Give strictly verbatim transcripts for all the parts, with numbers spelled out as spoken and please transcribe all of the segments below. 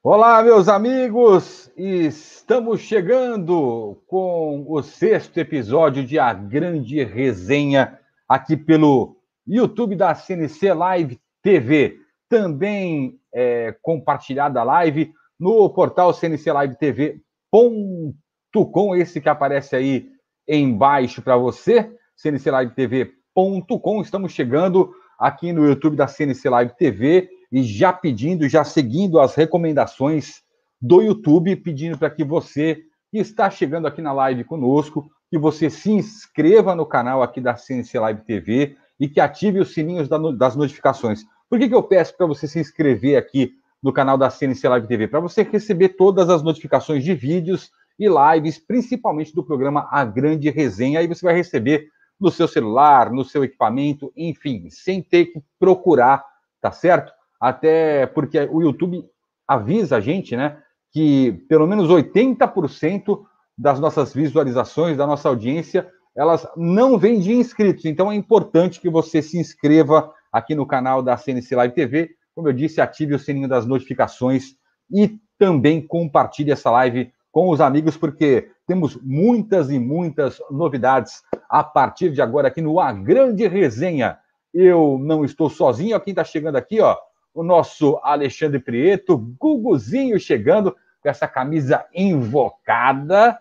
Olá, meus amigos! Estamos chegando com o sexto episódio de A Grande Resenha aqui pelo YouTube da C N C Live T V. Também é, compartilhada a live no portal c n c live t v ponto com, esse que aparece aí embaixo para você, c n c live t v ponto com. Estamos chegando aqui no YouTube da C N C Live T V e já pedindo, já seguindo as recomendações do YouTube, pedindo para que você que está chegando aqui na live conosco, que você se inscreva no canal aqui da C N C Live T V e que ative os sininhos das notificações. Por que que eu peço para você se inscrever aqui no canal da C N C Live T V? Para você receber todas as notificações de vídeos e lives, principalmente do programa A Grande Resenha. Aí você vai receber no seu celular, no seu equipamento, enfim, sem ter que procurar, tá certo? Até porque o YouTube avisa a gente, né, que pelo menos oitenta por cento das nossas visualizações, da nossa audiência, elas não vêm de inscritos. Então é importante que você se inscreva aqui no canal da C N C Live T V. Como eu disse, ative o sininho das notificações e também compartilhe essa live com os amigos, porque temos muitas e muitas novidades a partir de agora aqui no A Grande Resenha. Eu não estou sozinho, quem está chegando aqui, ó, o nosso Alexandre Prieto, Guguzinho chegando com essa camisa invocada.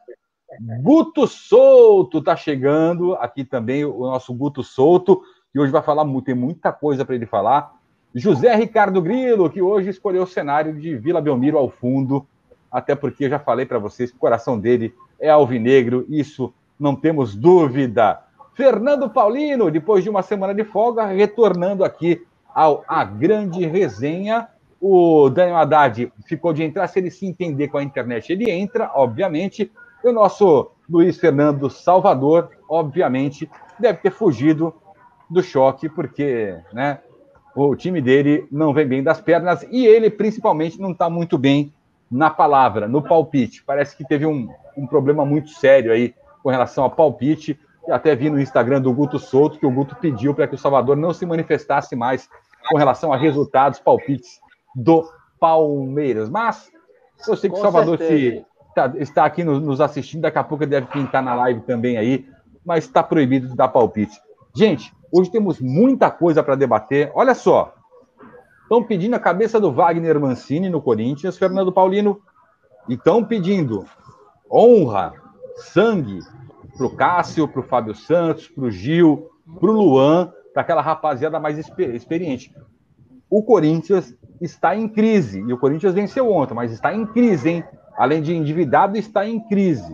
Guto Souto está chegando aqui também, o nosso Guto Souto, que hoje vai falar, tem muita coisa para ele falar. José Ricardo Grilo, que hoje escolheu o cenário de Vila Belmiro ao fundo, até porque eu já falei para vocês que o coração dele é alvinegro, isso não temos dúvida. Fernando Paulino, depois de uma semana de folga, retornando aqui ao A Grande Resenha. O Daniel Haddad ficou de entrar, se ele se entender com a internet, ele entra, obviamente. E o nosso Luiz Fernando Salvador, obviamente, deve ter fugido do choque, porque, né, o time dele não vem bem das pernas e ele, principalmente, não está muito bem na palavra, no palpite. Parece que teve um, um problema muito sério aí com relação ao palpite. E até vi no Instagram do Guto Souto que o Guto pediu para que o Salvador não se manifestasse mais com relação a resultados, palpites do Palmeiras. Mas eu sei que com o Salvador se, tá, está aqui nos, nos assistindo, daqui a pouco ele deve pintar na live também aí, mas está proibido de dar palpite. Gente, hoje temos muita coisa para debater. Olha só, estão pedindo a cabeça do Wagner Mancini no Corinthians, Fernando Paulino, e estão pedindo honra, sangue, para o Cássio, para o Fábio Santos, para o Gil, para o Luan, para aquela rapaziada mais exper- experiente. O Corinthians está em crise, e o Corinthians venceu ontem, mas está em crise, hein? Além de endividado, está em crise.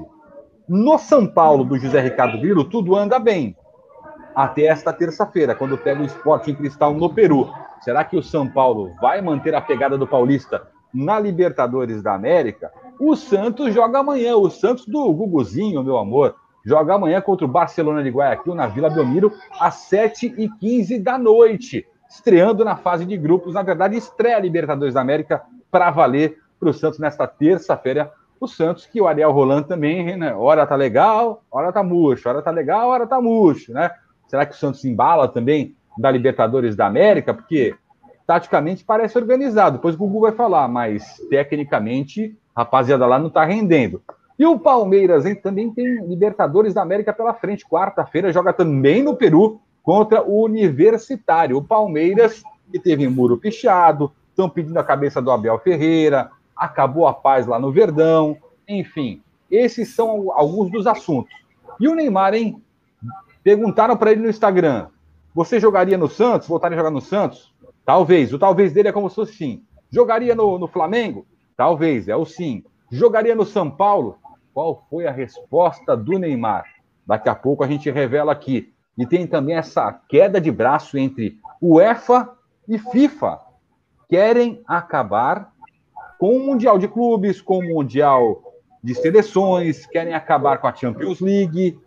No São Paulo, do José Ricardo Grilo, tudo anda bem. Até esta terça-feira, quando pega o Sporting Cristal no Peru. Será que o São Paulo vai manter a pegada do Paulista na Libertadores da América? O Santos joga amanhã, o Santos do Guguzinho, meu amor. Joga amanhã contra o Barcelona de Guayaquil, na Vila Belmiro, às sete e quinze da noite. Estreando na fase de grupos. Na verdade, estreia a Libertadores da América para valer para o Santos nesta terça-feira. O Santos, que o Ariel Roland também, né? Hora tá legal, hora tá murcho. Hora tá legal, hora tá murcho, né? Será que o Santos embala também da Libertadores da América? Porque, taticamente, parece organizado. Depois o Gugu vai falar, mas, tecnicamente, a rapaziada lá não tá rendendo. E o Palmeiras, hein, também tem Libertadores da América pela frente. Quarta-feira joga também no Peru contra o Universitário. O Palmeiras, que teve muro pichado, estão pedindo a cabeça do Abel Ferreira, acabou a paz lá no Verdão. Enfim, esses são alguns dos assuntos. E o Neymar, hein? Perguntaram para ele no Instagram, você jogaria no Santos? Voltaria a jogar no Santos? Talvez. O talvez dele é como se fosse sim. Jogaria no, no Flamengo? Talvez, é o sim. Jogaria no São Paulo? Qual foi a resposta do Neymar? Daqui a pouco a gente revela aqui. E tem também essa queda de braço entre UEFA e FIFA. Querem acabar com o Mundial de Clubes, com o Mundial de Seleções, querem acabar com a Champions League.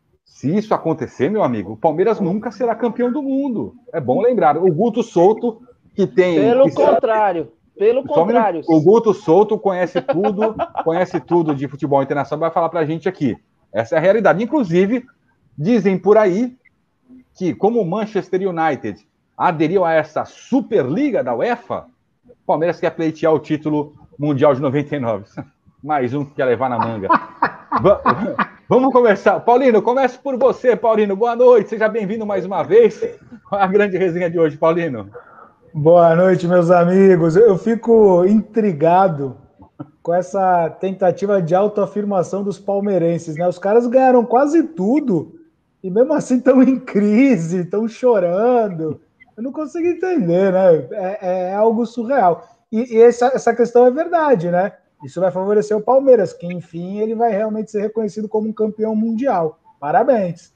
Se isso acontecer, meu amigo, o Palmeiras nunca será campeão do mundo. É bom lembrar. O Guto Souto, que tem... Pelo que contrário. Sabe... Pelo Só contrário. O Guto Souto conhece tudo, conhece tudo de futebol internacional, vai falar pra gente aqui. Essa é a realidade. Inclusive, dizem por aí que, como o Manchester United aderiu a essa Superliga da UEFA, o Palmeiras quer pleitear o título Mundial de noventa e nove. Mais um que quer levar na manga. Vamos começar. Paulino, começo por você, Paulino. Boa noite, seja bem-vindo mais uma vez. Qual é a grande resenha de hoje, Paulino? Boa noite, meus amigos. Eu fico intrigado com essa tentativa de autoafirmação dos palmeirenses, né? Os caras ganharam quase tudo e mesmo assim estão em crise, estão chorando. Eu não consigo entender, né? É, é algo surreal. E, e essa, essa questão é verdade, né? Isso vai favorecer o Palmeiras, que enfim ele vai realmente ser reconhecido como um campeão mundial. Parabéns.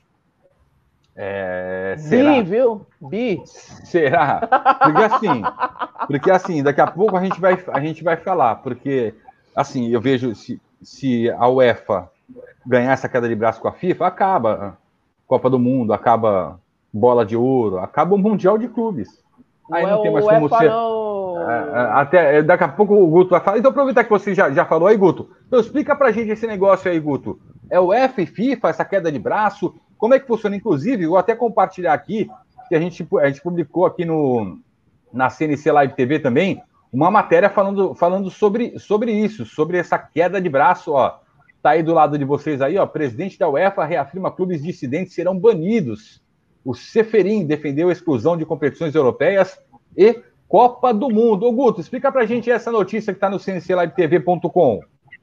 É, será? Bi, viu? Bi. Será? Porque assim, porque assim, daqui a pouco a gente vai, a gente vai falar, porque assim, eu vejo se, se a UEFA ganhar essa queda de braço com a FIFA, acaba Copa do Mundo, acaba Bola de Ouro, acaba o Mundial de Clubes. Aí não, não tem mais como UEFA, ser. Não... Até daqui a pouco o Guto vai falar. Então aproveitar que você já, já falou aí, Guto. Então explica pra gente esse negócio aí, Guto. É o UEFA e FIFA, essa queda de braço? Como é que funciona? Inclusive, vou até compartilhar aqui, que a gente, a gente publicou aqui no, na C N C Live T V também, uma matéria falando, falando sobre, sobre isso, sobre essa queda de braço, ó. Tá aí do lado de vocês aí, ó. Presidente da UEFA reafirma clubes dissidentes serão banidos. O Ceferin defendeu a exclusão de competições europeias e Copa do Mundo. Ô, Guto, explica pra gente essa notícia que tá no C N C Live T V ponto com.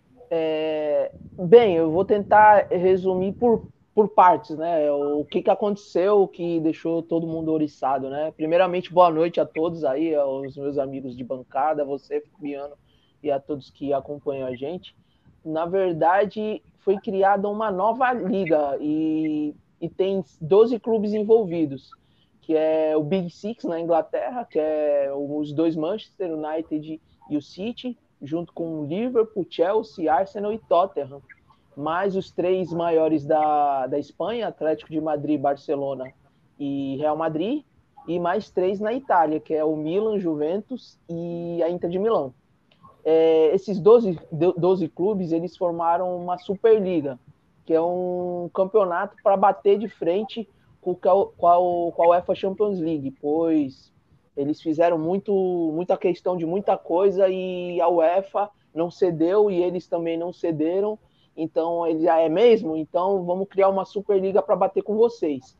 É... Bem, eu vou tentar resumir por, por partes, né? O que, que aconteceu que deixou todo mundo oriçado, né? Primeiramente, boa noite a todos aí, aos meus amigos de bancada, você, Fabiano, e a todos que acompanham a gente. Na verdade, foi criada uma nova liga e, e tem doze clubes envolvidos, que é o Big Six na Inglaterra, que é os dois Manchester United e o City, junto com o Liverpool, Chelsea, Arsenal e Tottenham, mais os três maiores da, da Espanha, Atlético de Madrid, Barcelona e Real Madrid, e mais três na Itália, que é o Milan, Juventus e a Inter de Milão. É, esses doze, doze clubes, eles formaram uma Superliga, que é um campeonato para bater de frente com, com, a, com a UEFA Champions League, pois eles fizeram muito, muita questão de muita coisa e a UEFA não cedeu e eles também não cederam, então ele já é mesmo, então vamos criar uma Superliga para bater com vocês.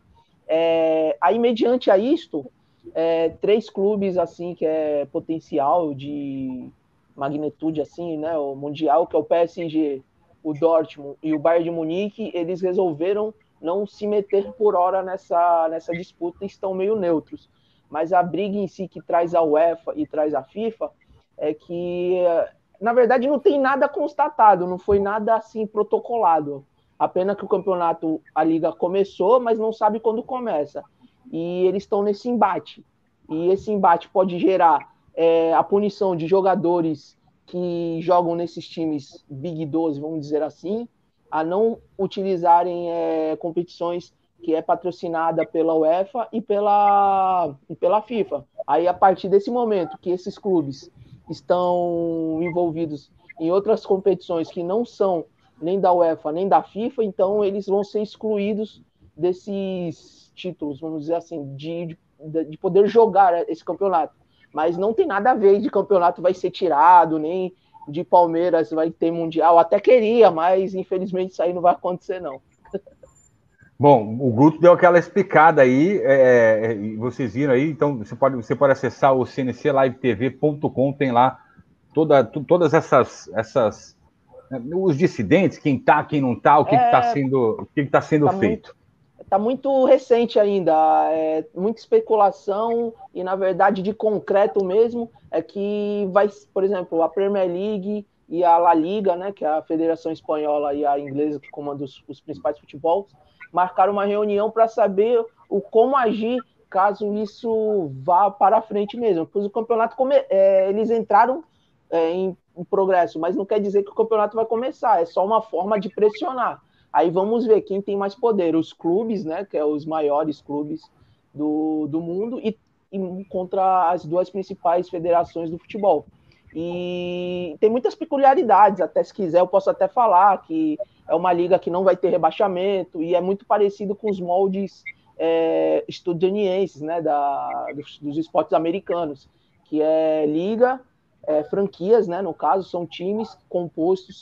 É, aí, mediante a isto, é, três clubes assim que é potencial de magnitude assim, né, o mundial, que é o P S G, o Dortmund e o Bayern de Munique, eles resolveram não se meter por hora nessa, nessa disputa e estão meio neutros. Mas a briga em si que traz a UEFA e traz a FIFA é que, na verdade, não tem nada constatado, não foi nada assim protocolado. Apenas que o campeonato, a liga começou, mas não sabe quando começa. E eles estão nesse embate. E esse embate pode gerar É, a punição de jogadores que jogam nesses times Big doze, vamos dizer assim, a não utilizarem é, competições que é patrocinada pela UEFA e pela, e pela FIFA. Aí, a partir desse momento que esses clubes estão envolvidos em outras competições que não são nem da UEFA nem da FIFA, então eles vão ser excluídos desses títulos, vamos dizer assim, de, de, de poder jogar esse campeonato. Mas não tem nada a ver de campeonato vai ser tirado, nem de Palmeiras vai ter Mundial. Até queria, mas infelizmente isso aí não vai acontecer, não. Bom, o Guto deu aquela explicada aí, é, vocês viram aí, então você pode, você pode acessar o C N C Live T V ponto com, tem lá toda, todas essas, essas os dissidentes, quem tá, quem não tá, o que está é, sendo, o que está sendo tá feito. Muito... Está muito recente ainda, é, muita especulação e, na verdade, de concreto mesmo, é que vai, por exemplo, a Premier League e a La Liga, né, que é a Federação Espanhola e a Inglesa, que comanda os, os principais futebols, marcaram uma reunião para saber o como agir caso isso vá para frente mesmo. Pois o campeonato, come, é, eles entraram é, em, em progresso, mas não quer dizer que o campeonato vai começar, é só uma forma de pressionar. Aí vamos ver quem tem mais poder, os clubes, né, que é os maiores clubes do, do mundo, e, e contra as duas principais federações do futebol. E tem muitas peculiaridades, até se quiser eu posso até falar que é uma liga que não vai ter rebaixamento, e é muito parecido com os moldes é, estadunidenses, né, da, dos, dos esportes americanos, que é liga, é, franquias, né? No caso, são times compostos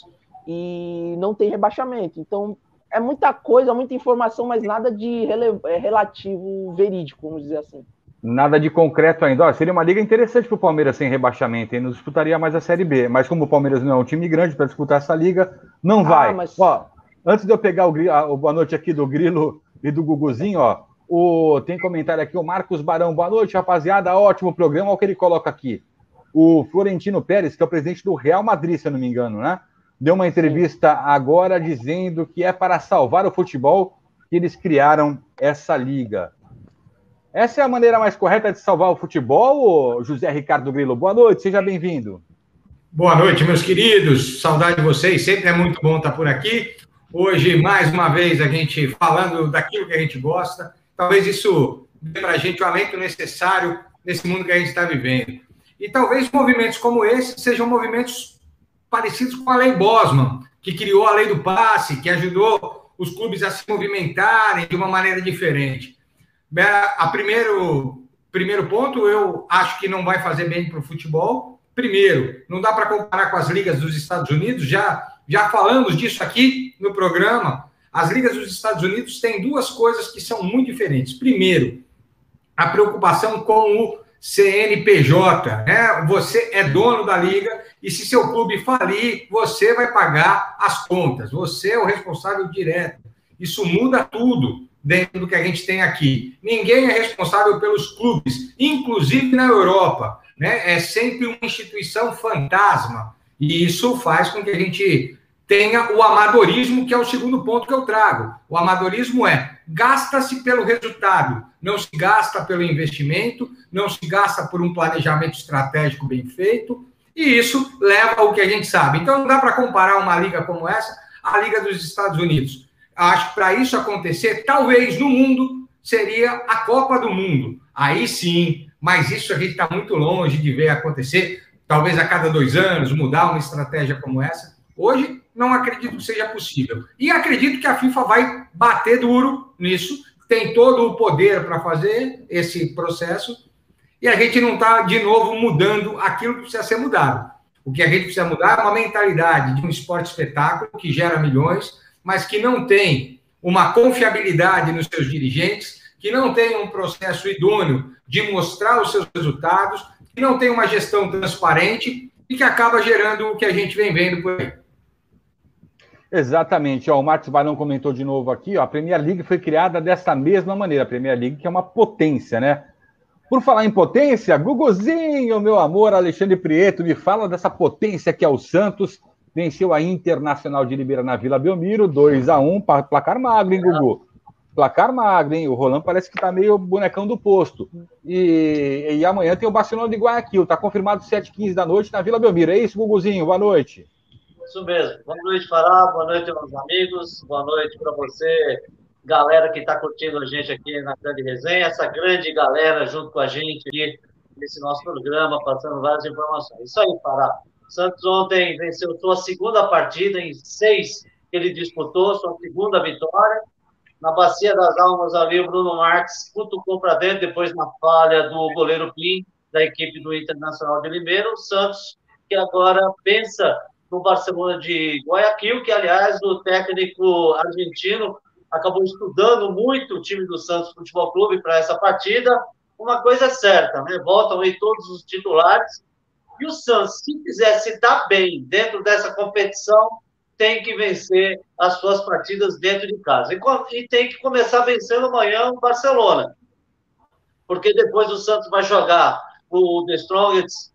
e não tem rebaixamento. Então, é muita coisa, muita informação, mas nada de rele... é, relativo verídico, vamos dizer assim. Nada de concreto ainda. Ó, seria uma liga interessante para o Palmeiras sem rebaixamento, hein? Não disputaria mais a Série B. Mas como o Palmeiras não é um time grande para disputar essa liga, não vai. Ah, mas... Ó, antes de eu pegar o, a, o boa noite aqui do Grilo e do Guguzinho, ó, o, tem comentário aqui, o Marcos Barão. Boa noite, rapaziada. Ótimo programa. Olha o que ele coloca aqui. O Florentino Pérez, que é o presidente do Real Madrid, se eu não me engano, né? Deu uma entrevista Sim. agora dizendo que é para salvar o futebol que eles criaram essa liga. Essa é a maneira mais correta de salvar o futebol, José Ricardo Grilo? Boa noite, seja bem-vindo. Boa noite, meus queridos. Saudade de vocês, sempre é muito bom estar por aqui. Hoje, mais uma vez, a gente falando daquilo que a gente gosta. Talvez isso dê para a gente o alento necessário nesse mundo que a gente está vivendo. E talvez movimentos como esse sejam movimentos parecidos com a Lei Bosman, que criou a Lei do Passe, que ajudou os clubes a se movimentarem de uma maneira diferente. A primeiro, primeiro ponto, eu acho que não vai fazer bem para o futebol. Primeiro, não dá para comparar com as ligas dos Estados Unidos, já, já falamos disso aqui no programa. As ligas dos Estados Unidos têm duas coisas que são muito diferentes. Primeiro, a preocupação com o C N P J, né? Você é dono da liga e se seu clube falir, você vai pagar as contas, você é o responsável direto. Isso muda tudo dentro do que a gente tem aqui. Ninguém é responsável pelos clubes, inclusive na Europa, né? É sempre uma instituição fantasma. E isso faz com que a gente tenha o amadorismo, que é o segundo ponto que eu trago. O amadorismo é, gasta-se pelo resultado, não se gasta pelo investimento, não se gasta por um planejamento estratégico bem feito, e isso leva ao que a gente sabe. Então, não dá para comparar uma liga como essa à Liga dos Estados Unidos. Acho que para isso acontecer, talvez no mundo, seria a Copa do Mundo. Aí sim, mas isso a gente está muito longe de ver acontecer, talvez a cada dois anos, mudar uma estratégia como essa. Hoje, não acredito que seja possível. E acredito que a FIFA vai bater duro nisso, tem todo o poder para fazer esse processo, e a gente não está, de novo, mudando aquilo que precisa ser mudado. O que a gente precisa mudar é uma mentalidade de um esporte espetáculo que gera milhões, mas que não tem uma confiabilidade nos seus dirigentes, que não tem um processo idôneo de mostrar os seus resultados, que não tem uma gestão transparente e que acaba gerando o que a gente vem vendo por aí. Exatamente. Ó, o Marcos Barão comentou de novo aqui, ó, a Premier League foi criada dessa mesma maneira, a Premier League que é uma potência, né? Por falar em potência, Guguzinho, meu amor, Alexandre Prieto, me fala dessa potência que é o Santos. Venceu a Internacional de Limeira na Vila Belmiro, dois a um, placar magro, hein, Gugu? Placar magro, hein? O Roland parece que tá meio bonecão do posto. E, e amanhã tem o Barcelona de Guayaquil, tá confirmado sete e quinze da noite na Vila Belmiro. É isso, Guguzinho? Boa noite. Isso mesmo. Boa noite, Fará. Boa noite, meus amigos. Boa noite para você, galera que está curtindo a gente aqui na Grande Resenha. Essa grande galera junto com a gente aqui nesse nosso programa, passando várias informações. Isso aí, Fará. Santos ontem venceu sua segunda partida em seis que ele disputou, sua segunda vitória. Na Bacia das Almas ali, o Bruno Marques cutucou para dentro, depois na falha do goleiro Plim, da equipe do Internacional de Limeira. O Santos, que agora pensa no Barcelona de Guayaquil, que, aliás, o técnico argentino acabou estudando muito o time do Santos Futebol Clube para essa partida. Uma coisa é certa, né? Voltam aí todos os titulares. E o Santos, se quiser se dar bem dentro dessa competição, tem que vencer as suas partidas dentro de casa. E, e tem que começar vencendo amanhã o Barcelona. Porque depois o Santos vai jogar o The Strongest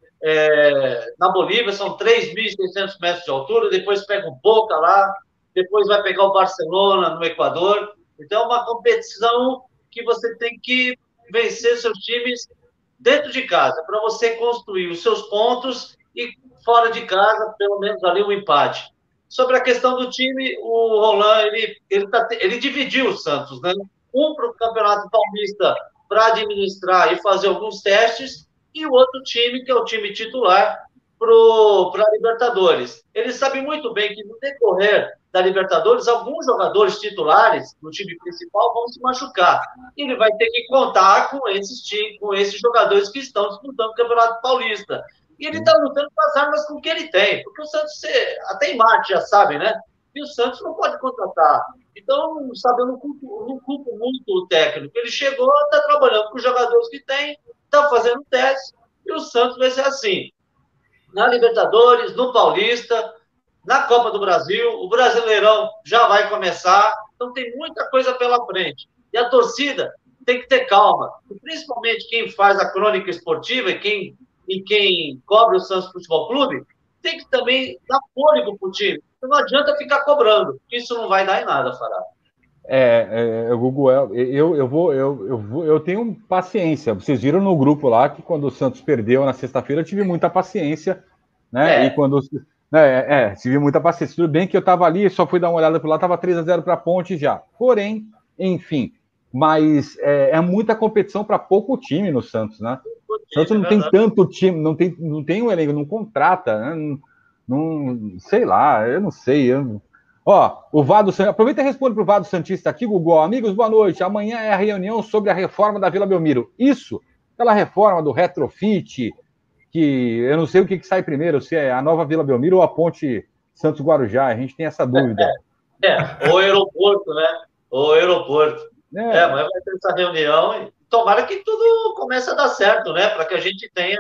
é, na Bolívia, são três mil e seiscentos metros de altura, depois pega o Boca lá, depois vai pegar o Barcelona no Equador. Então é uma competição que você tem que vencer seus times dentro de casa, para você construir os seus pontos e fora de casa, pelo menos ali um empate. Sobre a questão do time, o Roland, ele, ele, tá, ele dividiu o Santos, né? Um para o Campeonato Paulista para administrar e fazer alguns testes, e o outro time, que é o time titular, para a Libertadores. Ele sabe muito bem que no decorrer da Libertadores, alguns jogadores titulares no time principal vão se machucar. E ele vai ter que contar com esses, com esses jogadores que estão disputando o Campeonato Paulista. E ele está lutando com as armas com que ele tem. Porque o Santos, até em Marte já sabe, né? E o Santos não pode contratar. Então, sabe, eu não culpo, não culpo muito o técnico. Ele chegou, está trabalhando com os jogadores que tem, está fazendo teste, e o Santos vai ser assim. Na Libertadores, no Paulista, na Copa do Brasil, o Brasileirão já vai começar, então tem muita coisa pela frente. E a torcida tem que ter calma. E principalmente quem faz a crônica esportiva e quem, e quem cobre o Santos Futebol Clube, tem que também dar fôlego para o time. Não adianta ficar cobrando, isso não vai dar em nada, Fará. É, é, Gugu, eu, eu, vou, eu, eu, vou, eu tenho paciência. Vocês viram no grupo lá que quando o Santos perdeu na sexta-feira, eu tive muita paciência, né? É. E quando. É, é, tive muita paciência. Tudo bem que eu tava ali, só fui dar uma olhada por lá, tava três a zero para a Ponte já. Porém, enfim, mas é, é muita competição para pouco time no Santos, né? O Santos não tem tanto time, não tem, não tem um elenco, não contrata, né? Não, não, sei lá, eu não sei. Eu... Ó, o Vado, aproveita e responde para o Vado Santista aqui, Gugu. Amigos, boa noite. Amanhã é a reunião sobre a reforma da Vila Belmiro. Isso, aquela reforma do retrofit, que eu não sei o que, que sai primeiro, se é a nova Vila Belmiro ou a ponte Santos Guarujá. A gente tem essa dúvida. É, é, ou aeroporto, né? Ou aeroporto. É. é, mas vai ter essa reunião e tomara que tudo comece a dar certo, né? Para que a gente tenha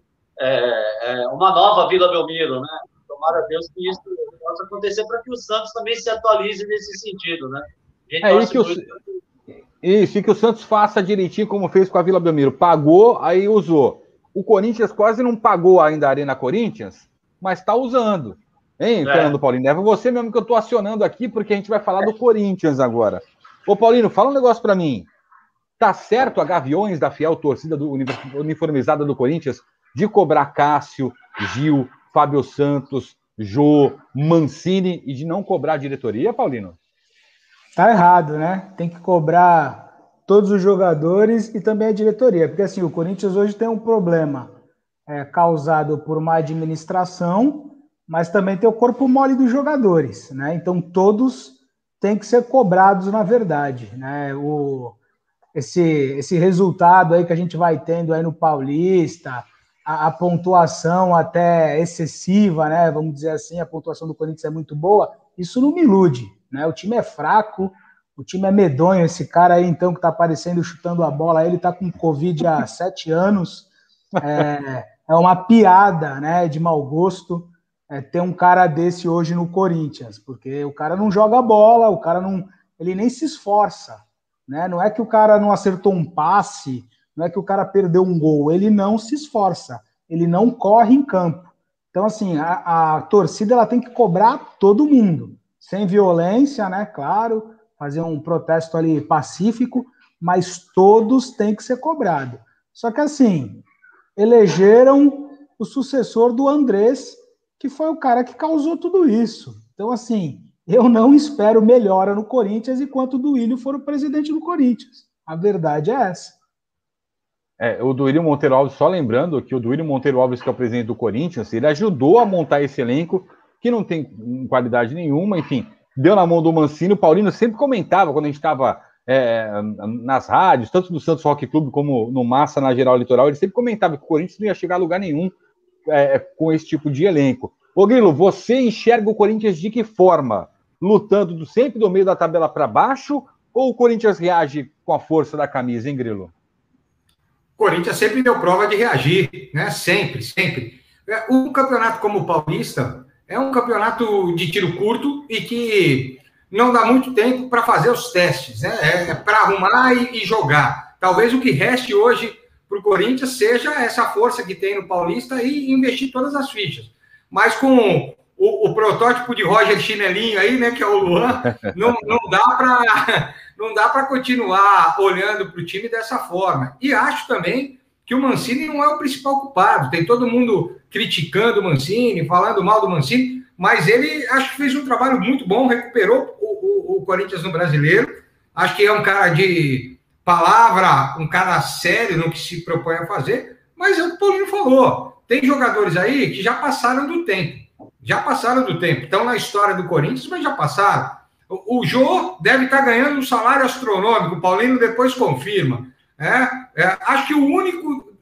é, é, uma nova Vila Belmiro, né? Tomara a Deus que isso possa acontecer para que o Santos também se atualize nesse sentido, né? É isso que, muito... o... isso, e que o Santos faça direitinho como fez com a Vila Belmiro. Pagou, aí usou. O Corinthians quase não pagou ainda a Arena Corinthians, mas está usando. Hein, é. Fernando Paulino? É você mesmo que eu estou acionando aqui, porque a gente vai falar do Corinthians agora. Ô, Paulino, fala um negócio para mim. Tá certo a Gaviões da fiel torcida do uniformizada do Corinthians de cobrar Cássio, Gil, Fábio Santos, Jô, Mancini e de não cobrar a diretoria, Paulino? Tá errado, né? Tem que cobrar todos os jogadores e também a diretoria, porque assim, o Corinthians hoje tem um problema é, causado por uma administração, mas também tem o corpo mole dos jogadores, né? Então todos têm que ser cobrados na verdade, né? O, esse, esse resultado aí que a gente vai tendo aí no Paulista, a, a pontuação até excessiva, né? Vamos dizer assim, a pontuação do Corinthians é muito boa, isso não me ilude, né? O time é fraco, o time é medonho, esse cara aí então que tá aparecendo chutando a bola, ele tá com Covid há sete anos, é, é uma piada, né, de mau gosto é, ter um cara desse hoje no Corinthians, porque o cara não joga bola, o cara não, ele nem se esforça, né? Não é que o cara não acertou um passe, não é que o cara perdeu um gol, ele não se esforça, ele não corre em campo. Então assim, a, a torcida ela tem que cobrar todo mundo, sem violência, né, claro, fazer um protesto ali pacífico, mas todos têm que ser cobrados. Só que assim, elegeram o sucessor do Andrés, que foi o cara que causou tudo isso. Então assim, eu não espero melhora no Corinthians enquanto o Duílio for o presidente do Corinthians. A verdade é essa. É, o Duílio Monteiro Alves, só lembrando que o Duílio Monteiro Alves, que é o presidente do Corinthians, ele ajudou a montar esse elenco, que não tem qualidade nenhuma, enfim, deu na mão do Mancini. O Paulino sempre comentava, quando a gente estava é, nas rádios, tanto no Santos Rock Clube como no Massa, na Geral Litoral, ele sempre comentava que o Corinthians não ia chegar a lugar nenhum é, com esse tipo de elenco. Ô Grilo, você enxerga o Corinthians de que forma? Lutando do, sempre do meio da tabela para baixo, ou o Corinthians reage com a força da camisa, hein, Grilo? O Corinthians sempre deu prova de reagir, né? Sempre, sempre. Um campeonato como o Paulista é um campeonato de tiro curto e que não dá muito tempo para fazer os testes, né? É para arrumar e, e jogar. Talvez o que reste hoje para o Corinthians seja essa força que tem no Paulista e investir todas as fichas. Mas com o, o protótipo de Roger Chinelinho aí, né, que é o Luan, não, não dá para não dá para continuar olhando para o time dessa forma. E acho também que o Mancini não é o principal culpado. Tem todo mundo criticando o Mancini, falando mal do Mancini, mas ele acho que fez um trabalho muito bom, recuperou o, o, o Corinthians no Brasileiro. Acho que é um cara de palavra, um cara sério no que se propõe a fazer, mas é o que o Paulinho falou. Tem jogadores aí que já passaram do tempo. Já passaram do tempo. Estão na história do Corinthians, mas já passaram. O, o Jô deve estar ganhando um salário astronômico. O Paulinho depois confirma. É, é, acho que o único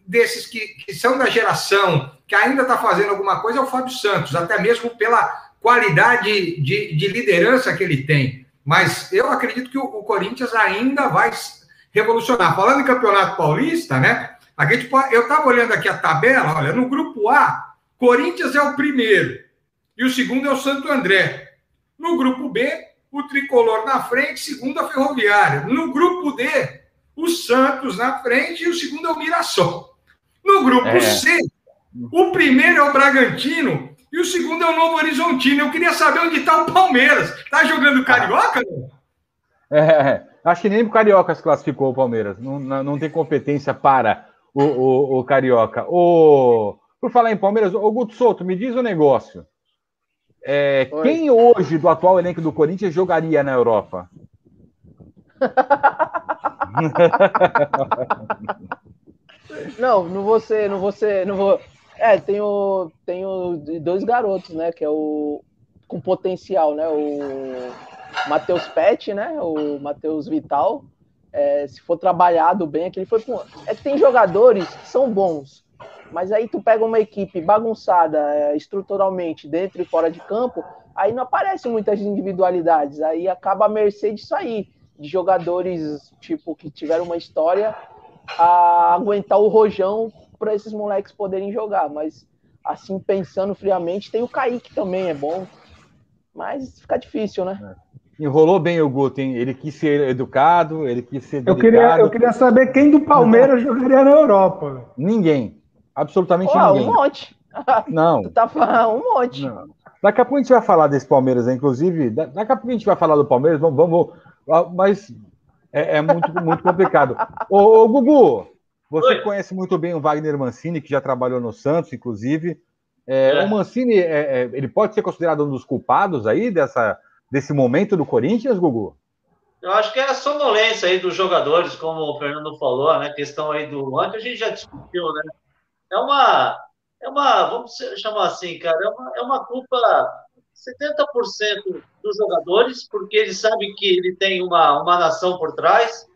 desses que, que são da geração, que ainda está fazendo alguma coisa, é o Fábio Santos, até mesmo pela qualidade de, de liderança que ele tem. Mas eu acredito que o, o Corinthians ainda vai revolucionar. Falando em Campeonato Paulista, né? A gente, eu estava olhando aqui a tabela, olha, no grupo A, Corinthians é o primeiro e o segundo é o Santo André. No grupo B, o Tricolor na frente, segundo a Ferroviária. No grupo D, o Santos na frente e o segundo é o Mirassol. No grupo é. C, o primeiro é o Bragantino e o segundo é o Novo Horizontino. Eu queria saber onde está o Palmeiras. Está jogando Carioca? É, acho que nem o Carioca se classificou o Palmeiras. Não, não, não tem competência para o, o, o Carioca. O, por falar em Palmeiras, o Guto Souto, me diz um negócio. É, quem hoje do atual elenco do Corinthians jogaria na Europa? Não, não vou ser, não vou ser, não vou. É, tenho, tenho dois garotos, né? Que é o com potencial, né? O Matheus Pet, né? O Matheus Vital. É, se for trabalhado bem, aquele foi. É que tem jogadores que são bons. Mas aí tu pega uma equipe bagunçada é, estruturalmente, dentro e fora de campo, aí não aparecem muitas individualidades, aí acaba à mercê disso aí, de jogadores tipo que tiveram uma história a aguentar o rojão para esses moleques poderem jogar, mas assim, pensando friamente, tem o Kaique também, é bom, mas fica difícil, né? Enrolou bem o Guto, hein? Ele quis ser educado, ele quis ser delicado. Eu queria, eu queria saber quem do Palmeiras jogaria na Europa. Ninguém. Absolutamente Pô, ninguém. Um monte. Não. Tu tá falando um monte. Não. Daqui a pouco a gente vai falar desse Palmeiras, né? Inclusive, daqui a pouco a gente vai falar do Palmeiras, vamos, vamos mas é, é muito, muito complicado. Ô, ô, Gugu, você Oi. conhece muito bem o Wagner Mancini, que já trabalhou no Santos, inclusive. É, é. O Mancini, é, é, ele pode ser considerado um dos culpados aí dessa, desse momento do Corinthians, Gugu? Eu acho que é a sonolência aí dos jogadores, como o Fernando falou, né? Questão aí do ano que a gente já discutiu, né? É uma, é uma, vamos chamar assim, cara, é uma, é uma culpa setenta por cento dos jogadores, porque eles sabem que ele tem uma, uma nação por trás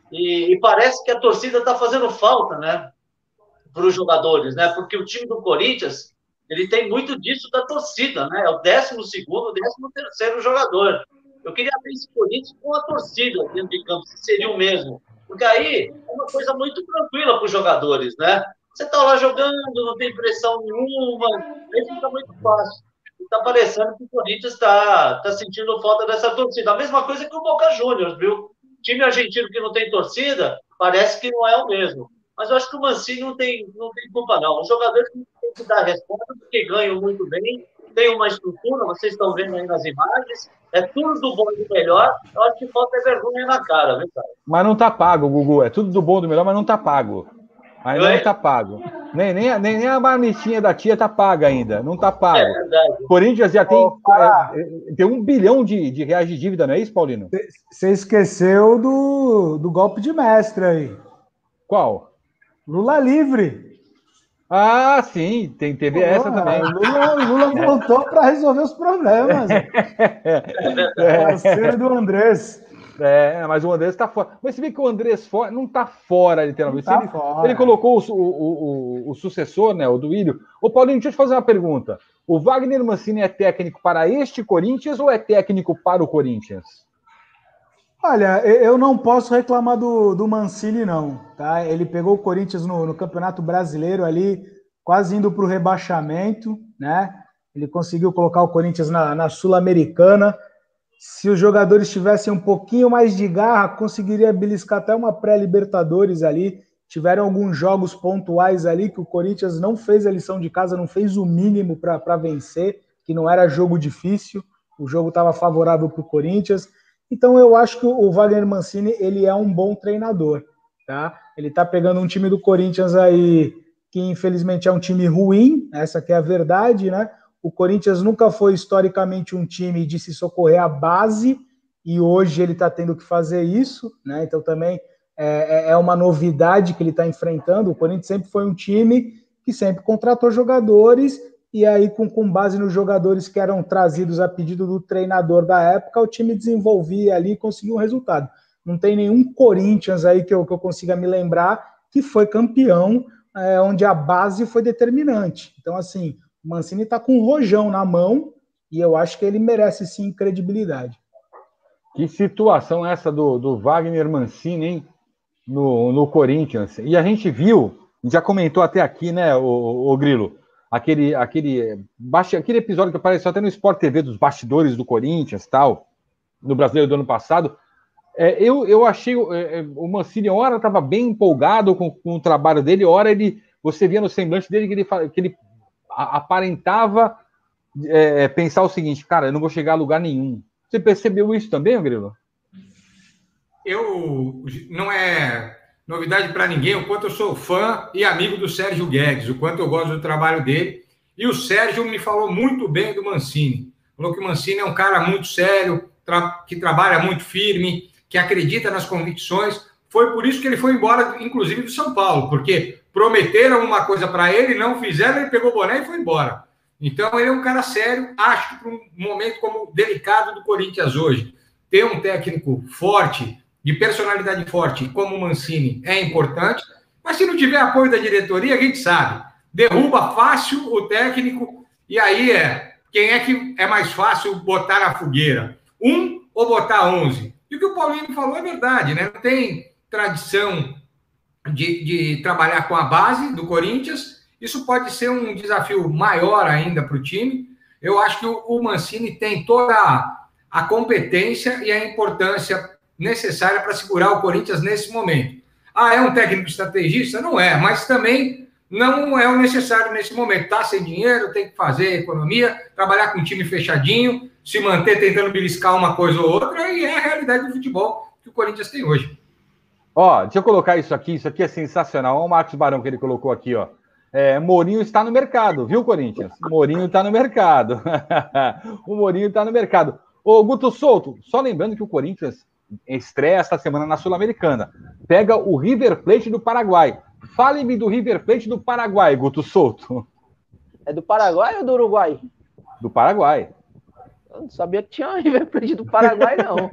e, e parece que a torcida está fazendo falta, né, para os jogadores, né, porque o time do Corinthians, ele tem muito disso da torcida, né, é o décimo segundo, décimo terceiro jogador. Eu queria ver esse Corinthians com a torcida dentro de campo, se seria o mesmo, porque aí é uma coisa muito tranquila para os jogadores, né. Você está lá jogando, não tem pressão nenhuma, aí fica muito fácil. Está parecendo que o Corinthians está tá sentindo falta dessa torcida. A mesma coisa que o Boca Juniors, viu? Time argentino que não tem torcida, parece que não é o mesmo. Mas eu acho que o Mancini não tem, não tem culpa, não. Os jogadores têm que dar resposta, porque ganham muito bem, tem uma estrutura, vocês estão vendo aí nas imagens, é tudo do bom e do melhor. Eu acho que falta é vergonha na cara, viu, cara? Mas não está pago, Gugu. É tudo do bom e do melhor, mas não está pago. Ainda não tá pago. Nem, nem, a, nem a marmitinha da tia tá paga ainda. Não tá pago. É verdade. Corinthians já tem, oh, é, tem um bilhão de, de reais de dívida, não é isso, Paulino? Você esqueceu do, do golpe de mestre aí. Qual? Lula livre. Ah, sim. Tem, teve oh, essa também. Lula, Lula voltou para resolver os problemas. É parceiro do Andrés. É, mas o Andrés tá fora. Mas você vê que o Andrés for... não tá fora, literalmente. Tá ele, fora. ele colocou o, o, o, o sucessor, né, o Duílio. Ô, Paulinho, deixa eu te fazer uma pergunta. O Wagner Mancini é técnico para este Corinthians ou é técnico para o Corinthians? Olha, eu não posso reclamar do, do Mancini, não. Tá? Ele pegou o Corinthians no, no Campeonato Brasileiro ali, quase indo para o rebaixamento, né? Ele conseguiu colocar o Corinthians na, na Sul-Americana. Se os jogadores tivessem um pouquinho mais de garra, conseguiria beliscar até uma pré-Libertadores ali. Tiveram alguns jogos pontuais ali que o Corinthians não fez a lição de casa, não fez o mínimo para vencer, que não era jogo difícil, o jogo estava favorável para o Corinthians. Então eu acho que o Wagner Mancini ele é um bom treinador. Tá? Ele está pegando um time do Corinthians aí que infelizmente é um time ruim, essa que é a verdade, né? O Corinthians nunca foi historicamente um time de se socorrer à base e hoje ele está tendo que fazer isso, né? Então também é, é uma novidade que ele está enfrentando. O Corinthians sempre foi um time que sempre contratou jogadores e aí com, com base nos jogadores que eram trazidos a pedido do treinador da época, o time desenvolvia ali e conseguiu um resultado. Não tem nenhum Corinthians aí que eu, que eu consiga me lembrar que foi campeão é, onde a base foi determinante. Então, assim, o Mancini está com um rojão na mão e eu acho que ele merece, sim, credibilidade. Que situação essa do, do Wagner Mancini, hein? No, no Corinthians. E a gente viu, já comentou até aqui, né, o, o Grilo, aquele, aquele, aquele episódio que apareceu até no Sport T V dos bastidores do Corinthians, tal, no Brasileiro do ano passado. É, eu, eu achei é, o Mancini, hora estava bem empolgado com, com o trabalho dele, hora ele, você via no semblante dele que ele, que ele aparentava é, pensar o seguinte, cara, eu não vou chegar a lugar nenhum. Você percebeu isso também, Grilo? Eu, não é novidade para ninguém o quanto eu sou fã e amigo do Sérgio Guedes, o quanto eu gosto do trabalho dele. E o Sérgio me falou muito bem do Mancini. Falou que o Mancini é um cara muito sério, tra- que trabalha muito firme, que acredita nas convicções. Foi por isso que ele foi embora, inclusive, do São Paulo, porque prometeram uma coisa para ele, não fizeram, ele pegou o boné e foi embora. Então, ele é um cara sério. Acho que para um momento como delicado do Corinthians hoje, ter um técnico forte, de personalidade forte, como o Mancini, é importante, mas se não tiver apoio da diretoria, a gente sabe, derruba fácil o técnico, e aí é, quem é que é mais fácil botar na fogueira? Um ou botar onze? E o que o Paulinho falou é verdade, né? Não tem tradição de, de trabalhar com a base do Corinthians, isso pode ser um desafio maior ainda para o time. Eu acho que o, o Mancini tem toda a, a competência e a importância necessária para segurar o Corinthians nesse momento. Ah, é um técnico estrategista? Não é, mas também não é o necessário nesse momento. Está sem dinheiro, tem que fazer economia, trabalhar com um time fechadinho, se manter tentando beliscar uma coisa ou outra, e é a realidade do futebol que o Corinthians tem hoje. Ó, deixa eu colocar isso aqui, isso aqui é sensacional. Olha o Marcos Barão que ele colocou aqui, ó. É, Mourinho está no mercado, viu, Corinthians? Mourinho está no mercado. O Mourinho está no mercado. Ô, Guto Souto, só lembrando que o Corinthians estreia esta semana na Sul-Americana. Pega o River Plate do Paraguai. Fale-me do River Plate do Paraguai, Guto Souto. É do Paraguai ou do Uruguai? Do Paraguai. Eu não sabia que tinha um River Plate do Paraguai, não.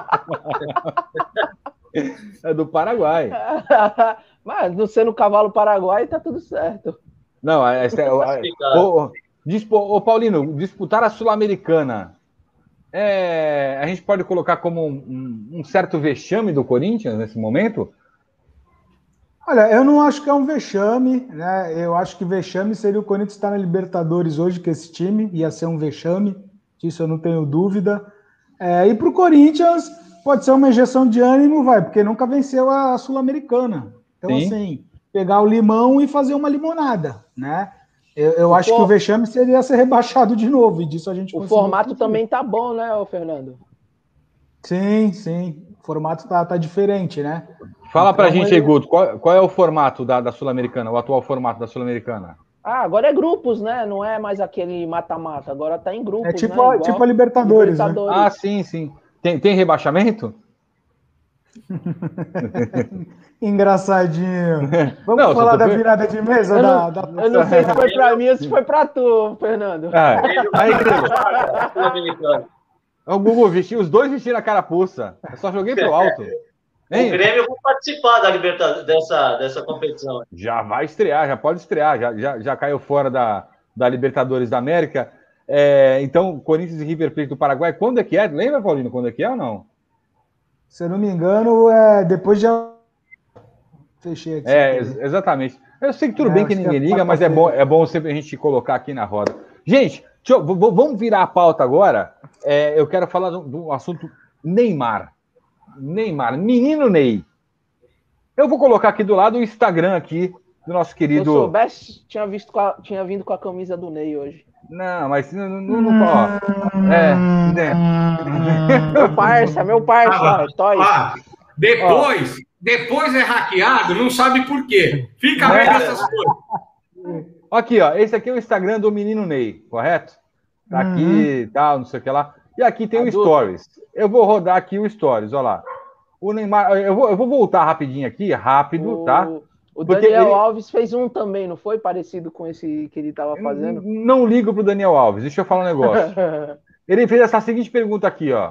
É do Paraguai. Mas não sendo cavalo paraguai, tá tudo certo. Não, é, é, é, ô, ô, Paulino, disputar a Sul-Americana, é, a gente pode colocar como um, um certo vexame do Corinthians nesse momento? Olha, eu não acho que é um vexame, né? Eu acho que vexame seria o Corinthians estar na Libertadores hoje, que esse time ia ser um vexame, disso eu não tenho dúvida. É, e para o Corinthians pode ser uma injeção de ânimo, vai, porque nunca venceu a Sul-Americana. Então, Sim. assim, pegar o limão e fazer uma limonada, né? Eu, eu acho for... que o vexame seria ser rebaixado de novo, e disso a gente O formato conseguir. Também tá bom, né, Fernando? Sim, sim. O formato tá, tá diferente, né? Fala então, pra gente aí, Guto, qual, qual é o formato da, da Sul-Americana, o atual formato da Sul-Americana? Ah, agora é grupos, né? Não é mais aquele mata-mata, agora tá em grupos, é tipo, né? Igual tipo a Libertadores, Libertadores. Né? Ah, sim, sim. Tem, tem rebaixamento? Engraçadinho. Vamos não, falar da virada de mesa? Eu, da, não, da... eu não sei se foi pra mim ou se foi pra tu, Fernando. Ah, aí, o Google vestiu, os dois vestiram a carapuça. Eu só joguei pro alto. Hein? O Grêmio vai participar da liberta... dessa, dessa competição. Já vai estrear, já pode estrear, já, já, já caiu fora da, da Libertadores da América. É, então, Corinthians e River Plate do Paraguai, quando é que é? Lembra, Paulino, quando é que é ou não? Se eu não me engano, é depois de... Fechei aqui. É, exatamente. Eu sei que tudo é, bem que ninguém que liga, mas é bom, é bom sempre a gente colocar aqui na roda. Gente, eu, vamos virar a pauta agora. É, eu quero falar do, do assunto Neymar. Neymar, menino Ney. Eu vou colocar aqui do lado o Instagram aqui do nosso querido... Se eu soubesse, tinha, visto com a, tinha vindo com a camisa do Ney hoje. Não, mas não, não, não ó, é, meu parça, meu parça, ah, Toy. Ah, depois, ó. depois é hackeado, não sabe por quê. Fica vendo é. essas coisas. Aqui, ó, esse aqui é o Instagram do menino Ney, correto? Tá aqui e uhum. tal, não sei o que lá. E aqui tem Adulto. o Stories. Eu vou rodar aqui o Stories, ó lá. O Neymar, eu vou, eu vou voltar rapidinho aqui, rápido, o... tá? O Daniel ele... Alves fez um também, não foi? Parecido com esse que ele estava fazendo? Não ligo pro Daniel Alves, deixa eu falar um negócio. Ele fez essa seguinte pergunta aqui, ó.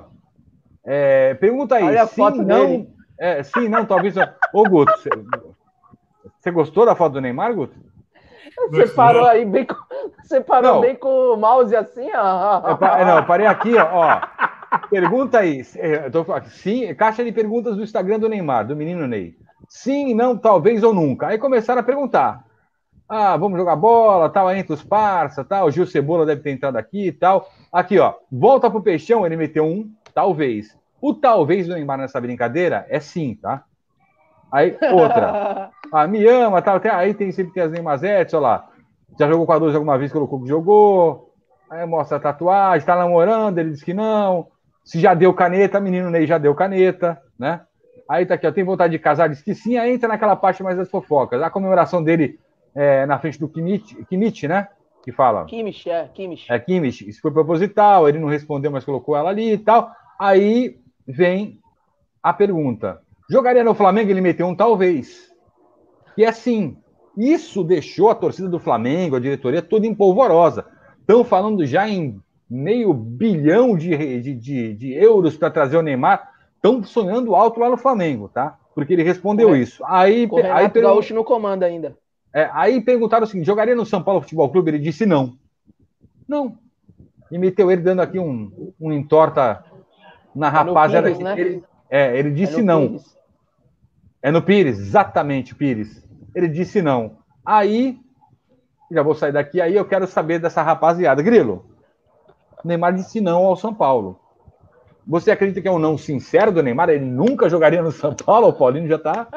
É, pergunta aí, Olha a sim, foto não... dele. É, sim, não, talvez... Ô, Guto, Você gostou da foto do Neymar, Guto? Você parou aí bem com, você parou bem com o mouse assim, ó. Eu, pa... Não, eu parei aqui, ó. ó. Pergunta aí. Eu tô... Sim, caixa de perguntas do Instagram do Neymar, do menino Ney. Sim, não, talvez ou nunca. Aí começaram a perguntar. Ah, vamos jogar bola, tal, entre os parça, tal. O Gil Cebola deve ter entrado aqui e tal. Aqui, ó. Volta pro Peixão, ele meteu um, talvez. O talvez do Neymar nessa brincadeira é sim, tá? Aí, outra. Ah, me ama, tal. Tem, aí tem, sempre tem as Neymazetes, olha lá. Já jogou com a doze alguma vez, colocou que jogou. Aí mostra a tatuagem, tá namorando, ele diz que não. Se já deu caneta, menino Ney já deu caneta, né? Aí tá aqui, ó. Tem vontade de casar, diz que sim. Aí entra naquela parte mais das fofocas. A comemoração dele é, na frente do Kimmich, Kimmich, né? Que fala. Kimmich, é, Kimmich. É, Kimmich. Isso foi proposital, ele não respondeu, mas colocou ela ali e tal. Aí vem a pergunta. Jogaria no Flamengo? Ele meteu um talvez. E é assim, isso deixou a torcida do Flamengo, a diretoria, toda empolvorosa. Estão falando já em meio bilhão de, de, de, de euros para trazer o Neymar. Estão sonhando alto lá no Flamengo, tá? Porque ele respondeu Correto. isso. Aí, o Renato aí pergun- Gaúcho no comando ainda. É, aí perguntaram o seguinte, jogaria no São Paulo Futebol Clube? Ele disse não. Não. E meteu ele dando aqui um, um entorta na rapaziada. É no Pires, né? Ele, é, ele disse é no não. Pires. É no Pires, exatamente, Pires. Ele disse não. Aí, já vou sair daqui, aí eu quero saber dessa rapaziada. Grilo, Neymar disse não ao São Paulo. Você acredita que é um não sincero do Neymar? Ele nunca jogaria no São Paulo? O Paulinho já tá...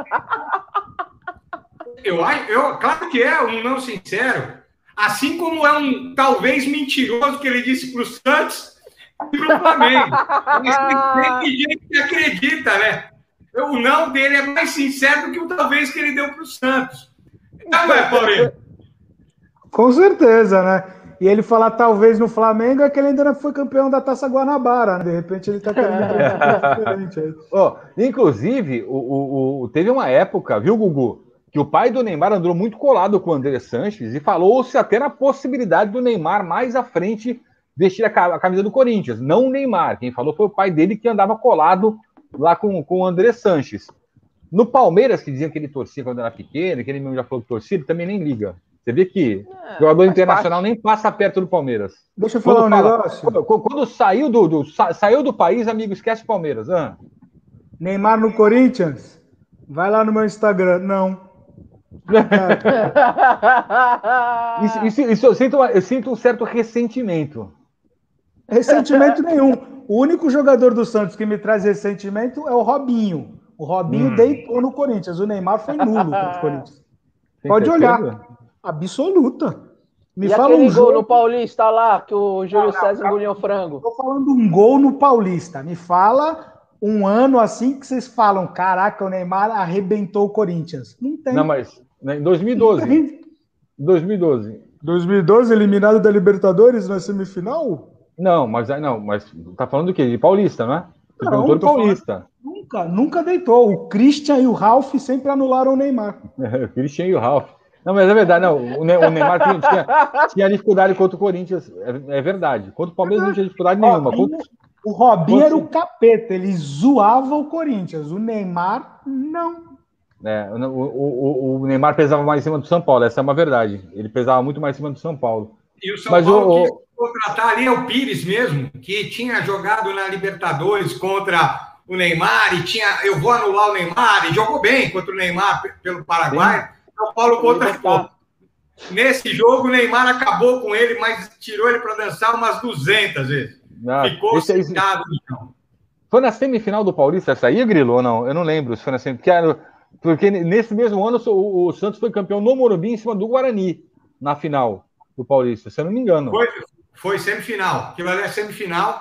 Eu, eu, claro que é um não sincero. Assim como é um talvez mentiroso que ele disse para o Santos e para o Flamengo. Mas tem gente que acredita, né? O não dele é mais sincero do que o talvez que ele deu para o Santos. Não é, Paulinho? Com certeza, né? E ele falar talvez no Flamengo é que ele ainda não foi campeão da Taça Guanabara, né? De repente ele tá querendo diferente aí. Oh, inclusive, o, o, o, teve uma época, viu, Gugu, que o pai do Neymar andou muito colado com o André Sanches e falou-se até na possibilidade do Neymar mais à frente vestir a camisa do Corinthians. Não o Neymar, quem falou foi o pai dele que andava colado lá com, com o André Sanches. No Palmeiras, que diziam que ele torcia quando era pequeno, que ele mesmo já falou que torcia, ele também nem liga. Você vê que o jogador internacional parte. nem passa perto do Palmeiras. Deixa eu falar quando um fala, negócio. Quando, quando saiu, do, do, sa, saiu do país, amigo, esquece o Palmeiras. Ah. Neymar no Corinthians? Vai lá no meu Instagram. Não. isso, isso, isso eu, sinto, eu sinto um certo ressentimento. Ressentimento nenhum. O único jogador do Santos que me traz ressentimento é o Robinho. O Robinho hum. deitou no Corinthians. O Neymar foi nulo contra o Corinthians. Tem Pode certeza? Olhar. Absoluta. Me e fala aquele um gol jogo... no Paulista lá, que o Júlio não, César engoliu o frango. Estou falando um gol no Paulista. Me fala um ano assim que vocês falam, caraca, o Neymar arrebentou o Corinthians. Não tem. Não, mas em dois mil e doze. dois mil e doze. dois mil e doze, eliminado da Libertadores na semifinal? Não, mas não, mas tá falando do quê? De Paulista, não é? Você não, do Paulista. Nunca, nunca deitou. O Christian e o Ralf sempre anularam o Neymar. o Christian e o Ralf. Não, mas é verdade, não. O Neymar tinha, tinha dificuldade contra o Corinthians, é, é verdade. Contra o Palmeiras não tinha dificuldade nenhuma. Contra... O Robinho era o capeta, ele zoava o Corinthians. O Neymar, não. É, o, o, o Neymar pesava mais em cima do São Paulo, essa é uma verdade. Ele pesava muito mais em cima do São Paulo. E o São mas Paulo o, que contratar ali é o Pires mesmo, que tinha jogado na Libertadores contra o Neymar e tinha, eu vou anular o Neymar, e jogou bem contra o Neymar pelo Paraguai. Sim. São Paulo contratou. Nesse jogo, o Neymar acabou com ele, mas tirou ele para dançar umas duzentas vezes. Não, Ficou sentado no chão. Foi na semifinal do Paulista essa aí, Grilo, ou não? Eu não lembro se foi na semifinal. Porque nesse mesmo ano o, o Santos foi campeão no Morumbi em cima do Guarani, na final do Paulista, se eu não me engano. Foi, foi semifinal. Aquilo ali é semifinal.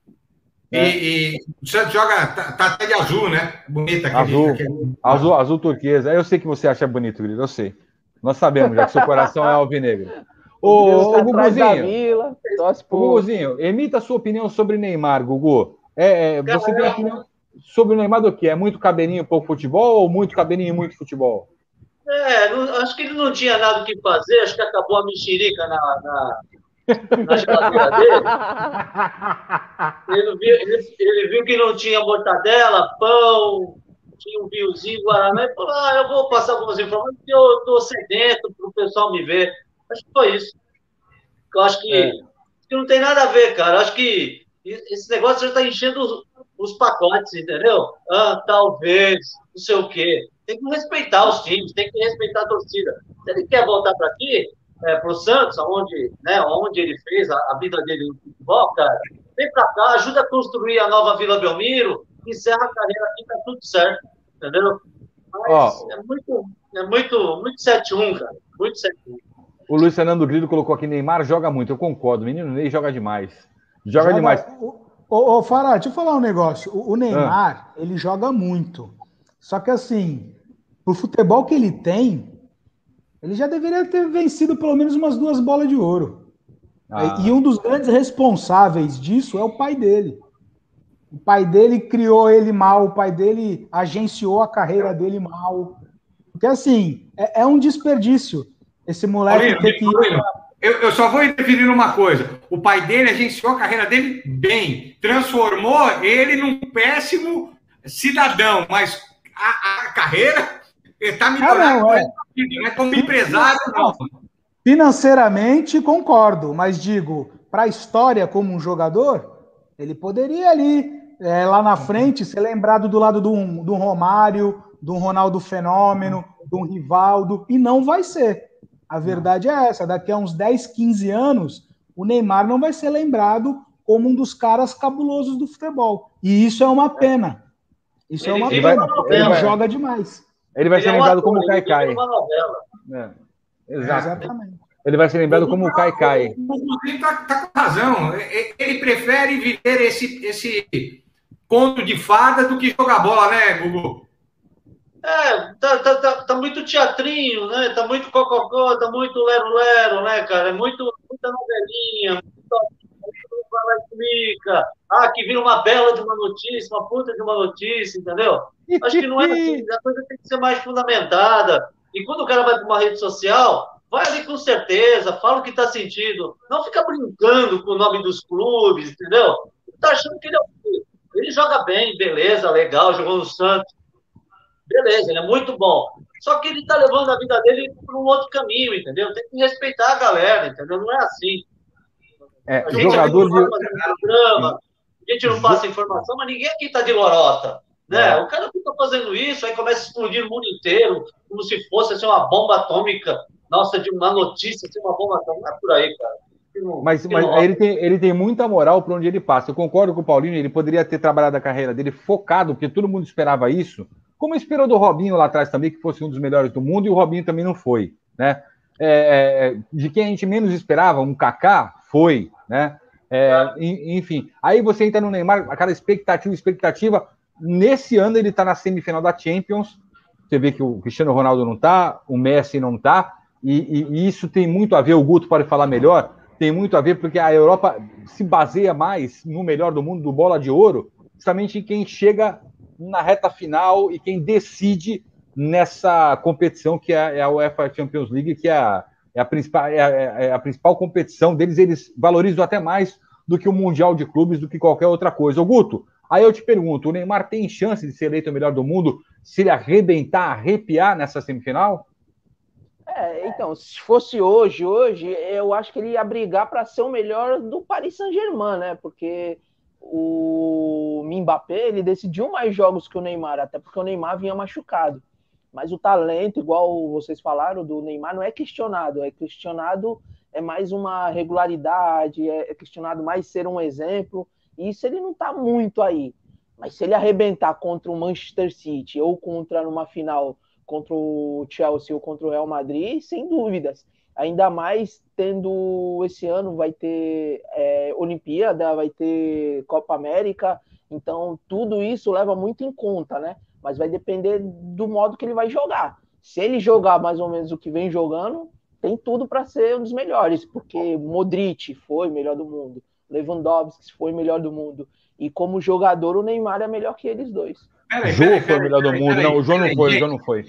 É. E, e o Santos joga, tá, tá até de azul, né? Bonita aquele, azul, aquele... azul, azul turquesa. Eu sei que você acha bonito, Grilo, eu sei. Nós sabemos, já que seu coração é alvinegro. Ô, ô Guguzinho, ô, Guguzinho, emita a sua opinião sobre Neymar, Gugu. É, é, você tem opinião sobre o Neymar do quê? É muito cabelinho, pouco futebol ou muito cabelinho e muito futebol? É, não, acho que ele não tinha nada o que fazer, acho que acabou a mexerica na... na... na geladeira dele, ele viu, ele, ele viu que não tinha mortadela, pão, tinha um biozinho Guaraná e falou, ah, eu vou passar algumas informações porque eu estou sedento para o pessoal me ver. Acho que foi isso. Eu acho que, é. que não tem nada a ver, cara. Eu acho que esse negócio já está enchendo os, os pacotes, entendeu? Ah, talvez, não sei o quê. Tem que respeitar os times, tem que respeitar a torcida. Se ele quer voltar para aqui, é, para o Santos, onde, né, onde ele fez a, a vida dele no futebol, cara, vem para cá, ajuda a construir a nova Vila Belmiro, encerra a carreira aqui, tá tudo certo, entendeu? Mas oh. é muito, é muito, muito sete a um, cara, muito sete a um. O Luiz Fernando Grilo colocou aqui, Neymar joga muito, eu concordo, o menino Ney joga demais, joga, joga demais. Ô, ô Fará, deixa eu falar um negócio, o, o Neymar, ah. ele joga muito, só que assim, pro futebol que ele tem, ele já deveria ter vencido pelo menos umas duas bolas de ouro. Ah. E um dos grandes responsáveis disso é o pai dele. O pai dele criou ele mal, o pai dele agenciou a carreira dele mal. Porque, assim, é, é um desperdício esse moleque Paulinho, ter que... Paulinho, eu, eu só vou interferir numa coisa. O pai dele agenciou a carreira dele bem. Transformou ele num péssimo cidadão. Mas a, a carreira... Ele está melhorando, ah, não, é. Não é como empresário, não. Financeiramente, concordo, mas digo, para a história como um jogador, ele poderia ali, é, lá na frente, ser lembrado do lado do, do Romário, do Ronaldo Fenômeno, do Rivaldo, e não vai ser. A verdade é essa, daqui a uns dez, quinze anos, o Neymar não vai ser lembrado como um dos caras cabulosos do futebol. E isso é uma pena. Isso ele é uma pena, porque ele joga demais. Ele vai ele ser é lembrado como o Kaikai. É, exatamente. Ele vai ser lembrado como o Kaikai. O Guguzinho está tá com razão. Ele prefere viver esse, esse conto de fada do que jogar bola, né, Gugu? É, tá, tá, tá, tá muito teatrinho, né? Tá muito cococó, tá muito lero-lero, né, cara? É muito, muita novelinha, muito vai lá e explica. Ah, que vira uma bela de uma notícia, uma puta de uma notícia, entendeu? Acho que não é assim, a coisa tem que ser mais fundamentada. E quando o cara vai para uma rede social, vai ali com certeza, fala o que está sentindo. Não fica brincando com o nome dos clubes, entendeu? Tá achando que ele é o... Ele joga bem, beleza, legal, jogou no Santos. Beleza, ele é muito bom. Só que ele tá levando a vida dele para um outro caminho, entendeu? Tem que respeitar a galera, entendeu? Não é assim. É, a gente jogador de... programa, a gente não passa informação, mas ninguém aqui tá de lorota. Né? O cara fica fazendo isso, aí começa a explodir o mundo inteiro, como se fosse assim, uma bomba atômica. Nossa, de uma notícia, assim, uma bomba atômica. Não é por aí, cara. Não, mas mas ele, tem, ele tem muita moral para onde ele passa. Eu concordo com o Paulinho, ele poderia ter trabalhado a carreira dele focado, porque todo mundo esperava isso, como esperou do Robinho lá atrás também, que fosse um dos melhores do mundo, e o Robinho também não foi. Né? É, de quem a gente menos esperava, um Kaká, foi. Né? É, enfim, aí você entra no Neymar, aquela expectativa, expectativa. Nesse ano ele está na semifinal da Champions. Você vê que o Cristiano Ronaldo não está, o Messi não está, e, e, e isso tem muito a ver, o Guto pode falar melhor, tem muito a ver porque a Europa se baseia mais no melhor do mundo, do bola de ouro, justamente em quem chega na reta final e quem decide nessa competição que é a UEFA Champions League, que é a, é a, principal, é a, é a principal competição deles. Eles valorizam até mais do que o Mundial de Clubes, do que qualquer outra coisa. Ô Guto, aí eu te pergunto, o Neymar tem chance de ser eleito o melhor do mundo se ele arrebentar, arrepiar nessa semifinal? É, então, se fosse hoje, hoje, eu acho que ele ia brigar para ser o melhor do Paris Saint-Germain, né? Porque o Mbappé, ele decidiu mais jogos que o Neymar, até porque o Neymar vinha machucado. Mas o talento, igual vocês falaram, do Neymar não é questionado, é questionado, é mais uma regularidade, é questionado mais ser um exemplo. Isso ele não tá muito aí. Mas se ele arrebentar contra o Manchester City ou contra numa final contra o Chelsea ou contra o Real Madrid, sem dúvidas. Ainda mais tendo esse ano vai ter é, Olimpíada, vai ter Copa América, então tudo isso leva muito em conta, né? Mas vai depender do modo que ele vai jogar. Se ele jogar mais ou menos o que vem jogando, tem tudo para ser um dos melhores, porque Modric foi o melhor do mundo, Lewandowski foi o melhor do mundo, e como jogador o Neymar é melhor que eles dois. O Jô foi o melhor do mundo. Não, o Jô não foi, o Jô não foi.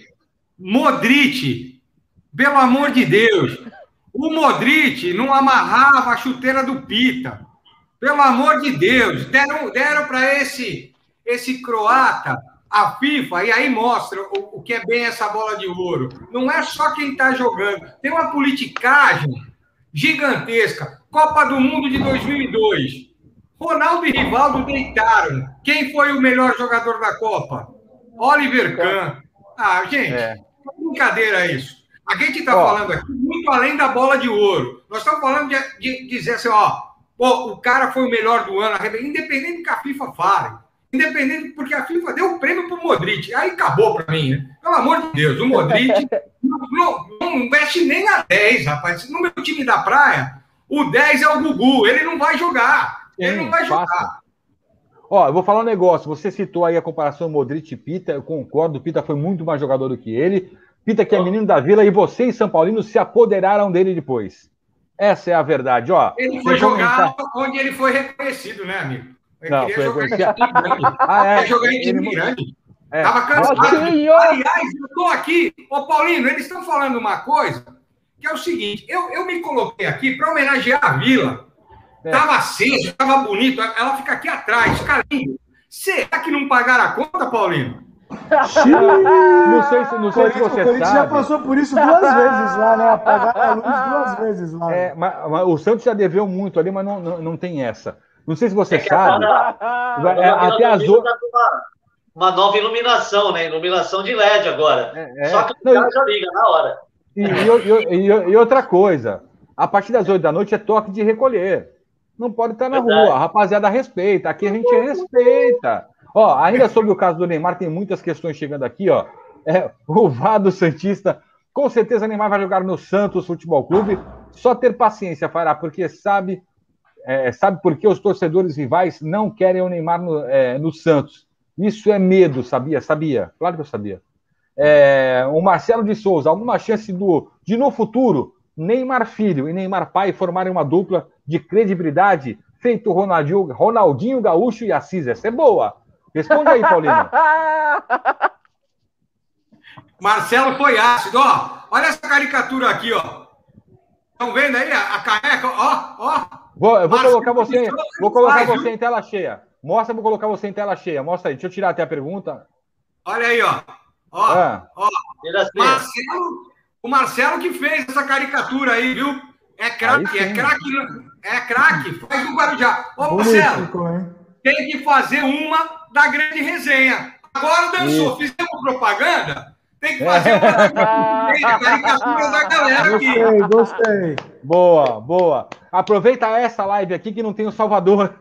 Modric, pelo amor de Deus, o Modric não amarrava a chuteira do Pita. Pelo amor de Deus, deram, deram para esse, esse croata A FIFA, e aí mostra o, o que é bem essa bola de ouro. Não é só quem está jogando. Tem uma politicagem gigantesca. Copa do Mundo de dois mil e dois. Ronaldo e Rivaldo deitaram. Quem foi o melhor jogador da Copa? Oliver Kahn. Ah, gente, é. brincadeira isso. A gente está falando aqui muito além da bola de ouro. Nós estamos falando de, de, de dizer assim, ó, pô, o cara foi o melhor do ano, independente do que a FIFA fale. Independente, porque a FIFA deu o prêmio pro Modric. Aí acabou para mim, né? Pelo amor de Deus, o Modric não, não, não veste nem a dez, rapaz. No meu time da praia, o dez é o Gugu. Ele não vai jogar. Ele Sim, não vai jogar. Fácil. Ó, eu vou falar um negócio. Você citou aí a comparação Modric e Pita. Eu concordo, o Pita foi muito mais jogador do que ele. Pita que é menino da Vila e vocês, São Paulinos, se apoderaram dele depois. Essa é a verdade, ó. Ele foi jogar comentar... onde ele foi reconhecido, né, amigo? Ele não, queria foi jogar reconhecido. em time grande. Ah, é. Quer jogar em time grande. É. Tava cansado. Aliás, eu tô aqui. Ô, Paulino, eles estão falando uma coisa que é o seguinte. Eu, eu me coloquei aqui para homenagear a Vila. É. Tava aceso, tava bonito. Ela fica aqui atrás, fica lindo. Será que não pagaram a conta, Paulino? Não sei se, não sei se você sabe. O Corinthians já passou por isso duas vezes lá, né? Apagar a luz duas vezes lá. É, mas, mas o Santos já deveu muito ali, mas não, não, não tem essa. Não sei se você é sabe. Agora, é, até as outras. Uma, uma nova iluminação, né? Iluminação de L E D agora. É, é. Só que o não, cara já liga na hora. E, e, e, e outra coisa, a partir das oito da noite é toque de recolher. Não pode estar na Verdade. rua. A rapaziada respeita. Aqui a gente respeita. Ó, ainda sobre o caso do Neymar, tem muitas questões chegando aqui, ó. É, o Vado Santista, com certeza o Neymar vai jogar no Santos Futebol Clube. Só ter paciência, Fará, porque sabe, é, sabe por que os torcedores rivais não querem o Neymar no, é, no Santos. Isso é medo, sabia? Sabia? Claro que eu sabia. É, o Marcelo de Souza, alguma chance do, de no futuro, Neymar filho e Neymar pai formarem uma dupla de credibilidade, feito Ronaldinho, Ronaldinho Gaúcho e Assis? Essa é boa. Responde aí, Paulinho. Marcelo foi ácido, ó. Olha essa caricatura aqui, ó. Estão vendo aí a, a caneca? Ó, ó. Vou, eu vou Marcelo colocar você, vou colocar faz, você viu? em tela cheia. Mostra, vou colocar você em tela cheia. Mostra aí. Deixa eu tirar até a pergunta. Olha aí, ó. Ó, ah. ó. Marcelo, o Marcelo que fez essa caricatura aí, viu? É craque, é craque, é craque. Faz um Guarujá. Ô, Marcelo, tem que fazer uma da grande resenha. Agora dançou, fizemos propaganda, tem que fazer uma tem a caricatura da galera aqui. Gostei, gostei. Boa, boa. Aproveita essa live aqui que não tem o Salvador.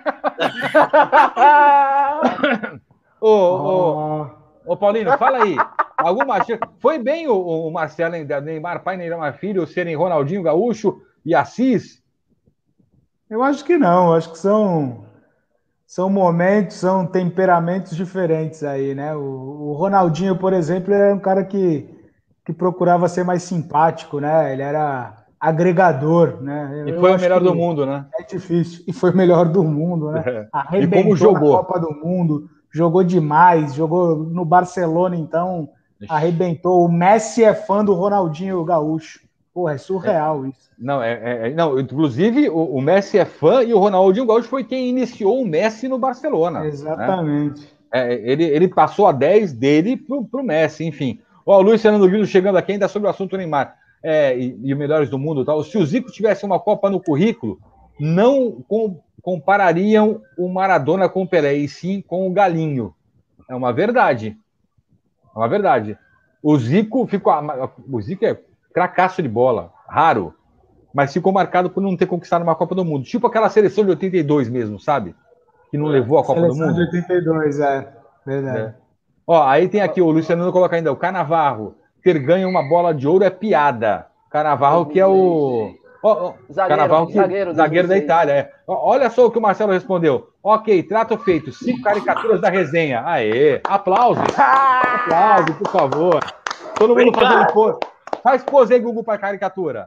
ô, ô, ô, Paulino, fala aí. Alguma Foi bem o, o Marcelo Neymar pai, Neymar filho, serem Ronaldinho Gaúcho e Assis? Eu acho que não, acho que são... São momentos, são temperamentos diferentes aí, né? O, o Ronaldinho, por exemplo, era um cara que, que procurava ser mais simpático, né? Ele era agregador, né? E foi o melhor do mundo, né? É difícil. E foi o melhor do mundo, né? É. Arrebentou e como jogou? na Copa do Mundo, jogou demais, jogou no Barcelona, então, arrebentou. O Messi é fã do Ronaldinho Gaúcho. Porra, é surreal é. isso. Não, é, é, não, inclusive o, o Messi é fã e o Ronaldinho Gaúcho foi quem iniciou o Messi no Barcelona. Exatamente. Né? É, ele, ele passou a dez dele pro, pro Messi, enfim. Ó, o Luiz Fernando Guido chegando aqui ainda sobre o assunto Neymar é, e, e os melhores do mundo. Tal. Se o Zico tivesse uma Copa no currículo, não com, comparariam o Maradona com o Pelé, e sim com o Galinho. É uma verdade. É uma verdade. O Zico ficou. O Zico é cracaço de bola, raro. Mas ficou marcado por não ter conquistado uma Copa do Mundo. Tipo aquela seleção de oitenta e dois mesmo, sabe? Que não levou a Copa seleção do Mundo. Seleção de oitenta e dois, é. Verdade. É. Ó, aí tem aqui, o Luciano coloca ainda, o Canavarro. Ter ganho uma bola de ouro é piada. Canavarro que é o... Ó, ó, zagueiro, Canavarro que... zagueiro, zagueiro da Itália, é. Ó, olha só o que o Marcelo respondeu. Ok, trato feito. Cinco caricaturas da resenha. Aê, aplausos. Aplausos, por favor. Todo mundo fazendo pose. Faz pose aí, Google, para caricatura.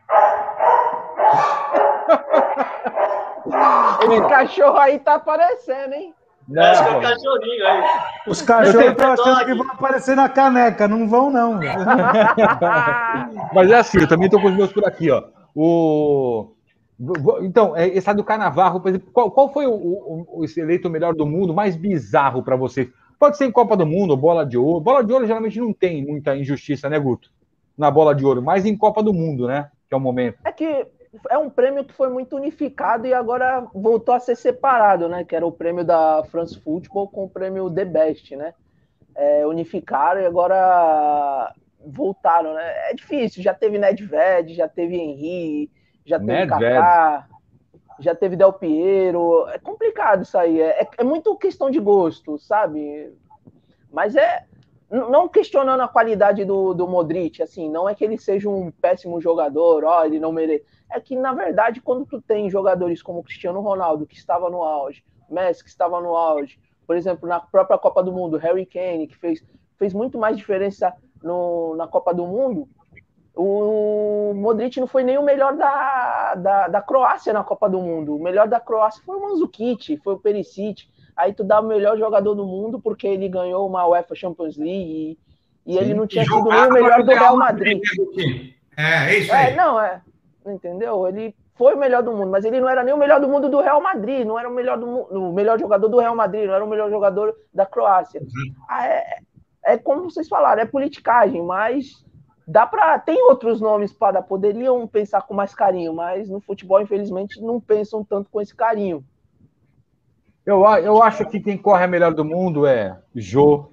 Esse cachorro aí tá aparecendo, hein? Não, acho que é o cachorrinho aí. Os cachorros estão achando que vão aparecer na caneca. Não vão, não. Mas é assim, eu também tô com os meus por aqui, ó. O... Então, esse do Canavarro, por exemplo, qual, qual foi o, o, o eleito melhor do mundo mais bizarro para você? Pode ser em Copa do Mundo, Bola de Ouro. Bola de Ouro geralmente não tem muita injustiça, né, Guto? Na Bola de Ouro, mas em Copa do Mundo, né? Que é o momento. É que é um prêmio que foi muito unificado e agora voltou a ser separado, né? Que era o prêmio da France Football com o prêmio The Best, né? É, unificaram e agora voltaram, né? É difícil, já teve Nedved, já teve Henry, já teve Nedved. Kaká, já teve Del Piero. É complicado isso aí, é, é muito questão de gosto, sabe? Mas é, não questionando a qualidade do, do Modric, assim, não é que ele seja um péssimo jogador, ó, ele não merece. É que, na verdade, quando tu tem jogadores como Cristiano Ronaldo, que estava no auge, Messi, que estava no auge, por exemplo, na própria Copa do Mundo, Harry Kane, que fez, fez muito mais diferença no, na Copa do Mundo, o Modric não foi nem o melhor da, da, da Croácia na Copa do Mundo. O melhor da Croácia foi o Mandzukic, foi o Perisic. Aí tu dá o melhor jogador do mundo porque ele ganhou uma UEFA Champions League e, e ele não tinha sido nem o melhor do Real Madrid. É, é isso aí. É, não, é. Entendeu? Ele foi o melhor do mundo, mas ele não era nem o melhor do mundo do Real Madrid, não era o melhor, do, o melhor jogador do Real Madrid, não era o melhor jogador da Croácia. Uhum. Ah, é, é como vocês falaram, é politicagem, mas dá pra. Tem outros nomes para poderiam pensar com mais carinho, mas no futebol, infelizmente, não pensam tanto com esse carinho. Eu, eu acho que quem corre a melhor do mundo é Jô.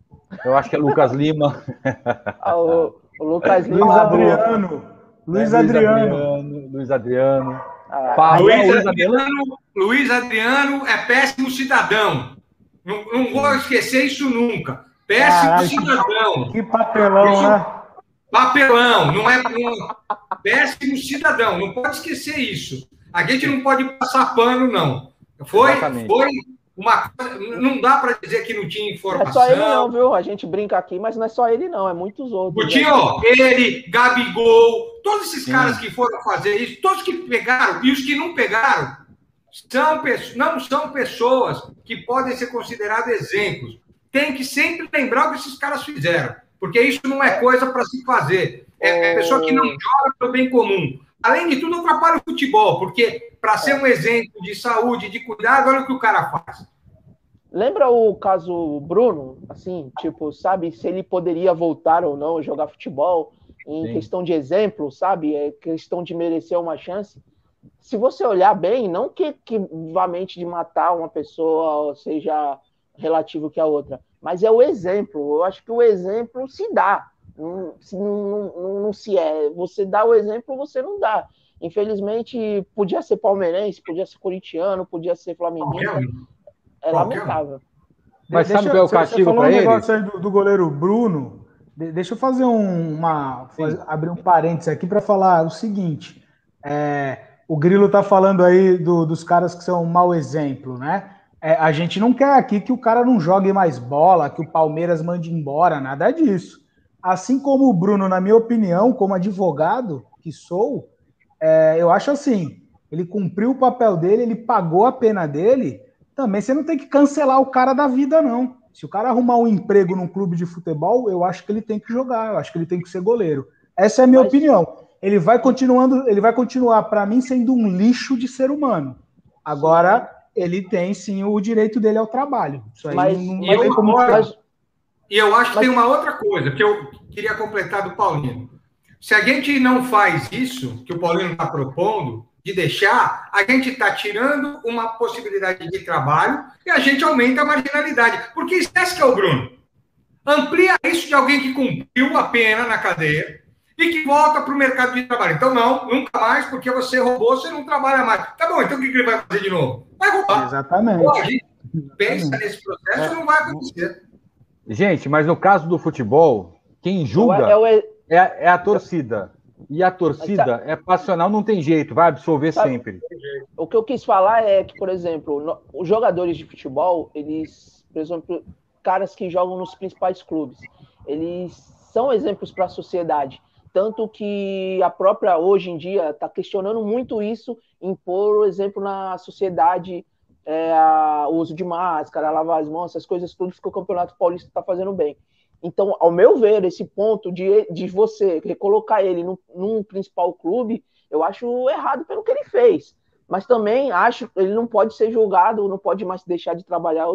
Eu acho que é Lucas Lima. Ah, o, o Lucas Lima. Luiz Adriano. Luiz, é, Adriano. Luiz Adriano. Luiz Adriano. Ah, Paulo, Luiz, Luiz, Adriano Luiz Adriano é péssimo cidadão. Não, não vou esquecer isso nunca. Péssimo ah, cidadão. Que papelão, isso, né? Papelão, não é, não, péssimo cidadão. Não pode esquecer isso. A gente não pode passar pano, não. Foi, foi uma coisa. Não dá para dizer que não tinha informação. Não é só ele, não, viu? A gente brinca aqui, mas não é só ele, não. É muitos outros. Coutinho, né? Ele, Gabigol, todos esses Sim. caras que foram fazer isso, todos que pegaram e os que não pegaram, são, não são pessoas que podem ser consideradas exemplos. Tem que sempre lembrar o que esses caras fizeram, porque isso não é coisa para se fazer. É, é pessoa que não joga pelo bem comum. Além de tudo, atrapalha o futebol, porque para ser um exemplo de saúde, de cuidado, olha o que o cara faz. Lembra o caso Bruno? Assim, tipo, sabe, se ele poderia voltar ou não a jogar futebol, em Sim. questão de exemplo, sabe? É questão de merecer uma chance. Se você olhar bem, não que, que vamente de matar uma pessoa seja relativo que a outra, mas é o exemplo. Eu acho que o exemplo se dá. Não, não, não, não se é. Você dá o exemplo, você não dá. Infelizmente, podia ser palmeirense, podia ser corintiano, podia ser flamenguista. É lamentável. Mas sabe qual é o castigo para ele? Você falou um negócio aí do, do goleiro Bruno. Deixa eu fazer um, uma, fazer, abrir um parênteses aqui para falar o seguinte. É, o Grilo tá falando aí do, dos caras que são um mau exemplo, né? É, a gente não quer aqui que o cara não jogue mais bola, que o Palmeiras mande embora, nada disso. Assim como o Bruno, na minha opinião, como advogado que sou, é, eu acho assim, ele cumpriu o papel dele, ele pagou a pena dele, também você não tem que cancelar o cara da vida, não. Se o cara arrumar um emprego num clube de futebol, eu acho que ele tem que jogar, eu acho que ele tem que ser goleiro. Essa é a minha Mas... opinião. Ele vai continuando, ele vai continuar, para mim, sendo um lixo de ser humano. Agora, sim. ele tem sim o direito dele ao trabalho. Isso aí Mas, não, não vai tem como. Mas... E eu acho que Mas... tem uma outra coisa que eu queria completar do Paulinho. Se a gente não faz isso, que o Paulinho está propondo, de deixar, a gente está tirando uma possibilidade de trabalho e a gente aumenta a marginalidade. Porque esquece que é o Bruno. Amplia isso de alguém que cumpriu a pena na cadeia e que volta para o mercado de trabalho. Então, não, nunca mais, porque você roubou, você não trabalha mais. Tá bom, então o que ele vai fazer de novo? Vai roubar. Exatamente. Pô, a gente pensa nesse processo, é. não vai acontecer. Gente, mas no caso do futebol, quem julga é, é, é, a, é a torcida. E a torcida é passional, não tem jeito, vai absolver Sabe, sempre. O que eu quis falar é que, por exemplo, no, os jogadores de futebol, eles, por exemplo, caras que jogam nos principais clubes, eles são exemplos para a sociedade. Tanto que a própria, hoje em dia, está questionando muito isso, impor o exemplo na sociedade, é, a, o uso de máscara, lavar as mãos, essas coisas tudo que o Campeonato Paulista está fazendo bem. Então, ao meu ver, esse ponto de, de você recolocar ele num, num principal clube, eu acho errado pelo que ele fez. Mas também acho que ele não pode ser julgado, não pode mais deixar de trabalhar outros,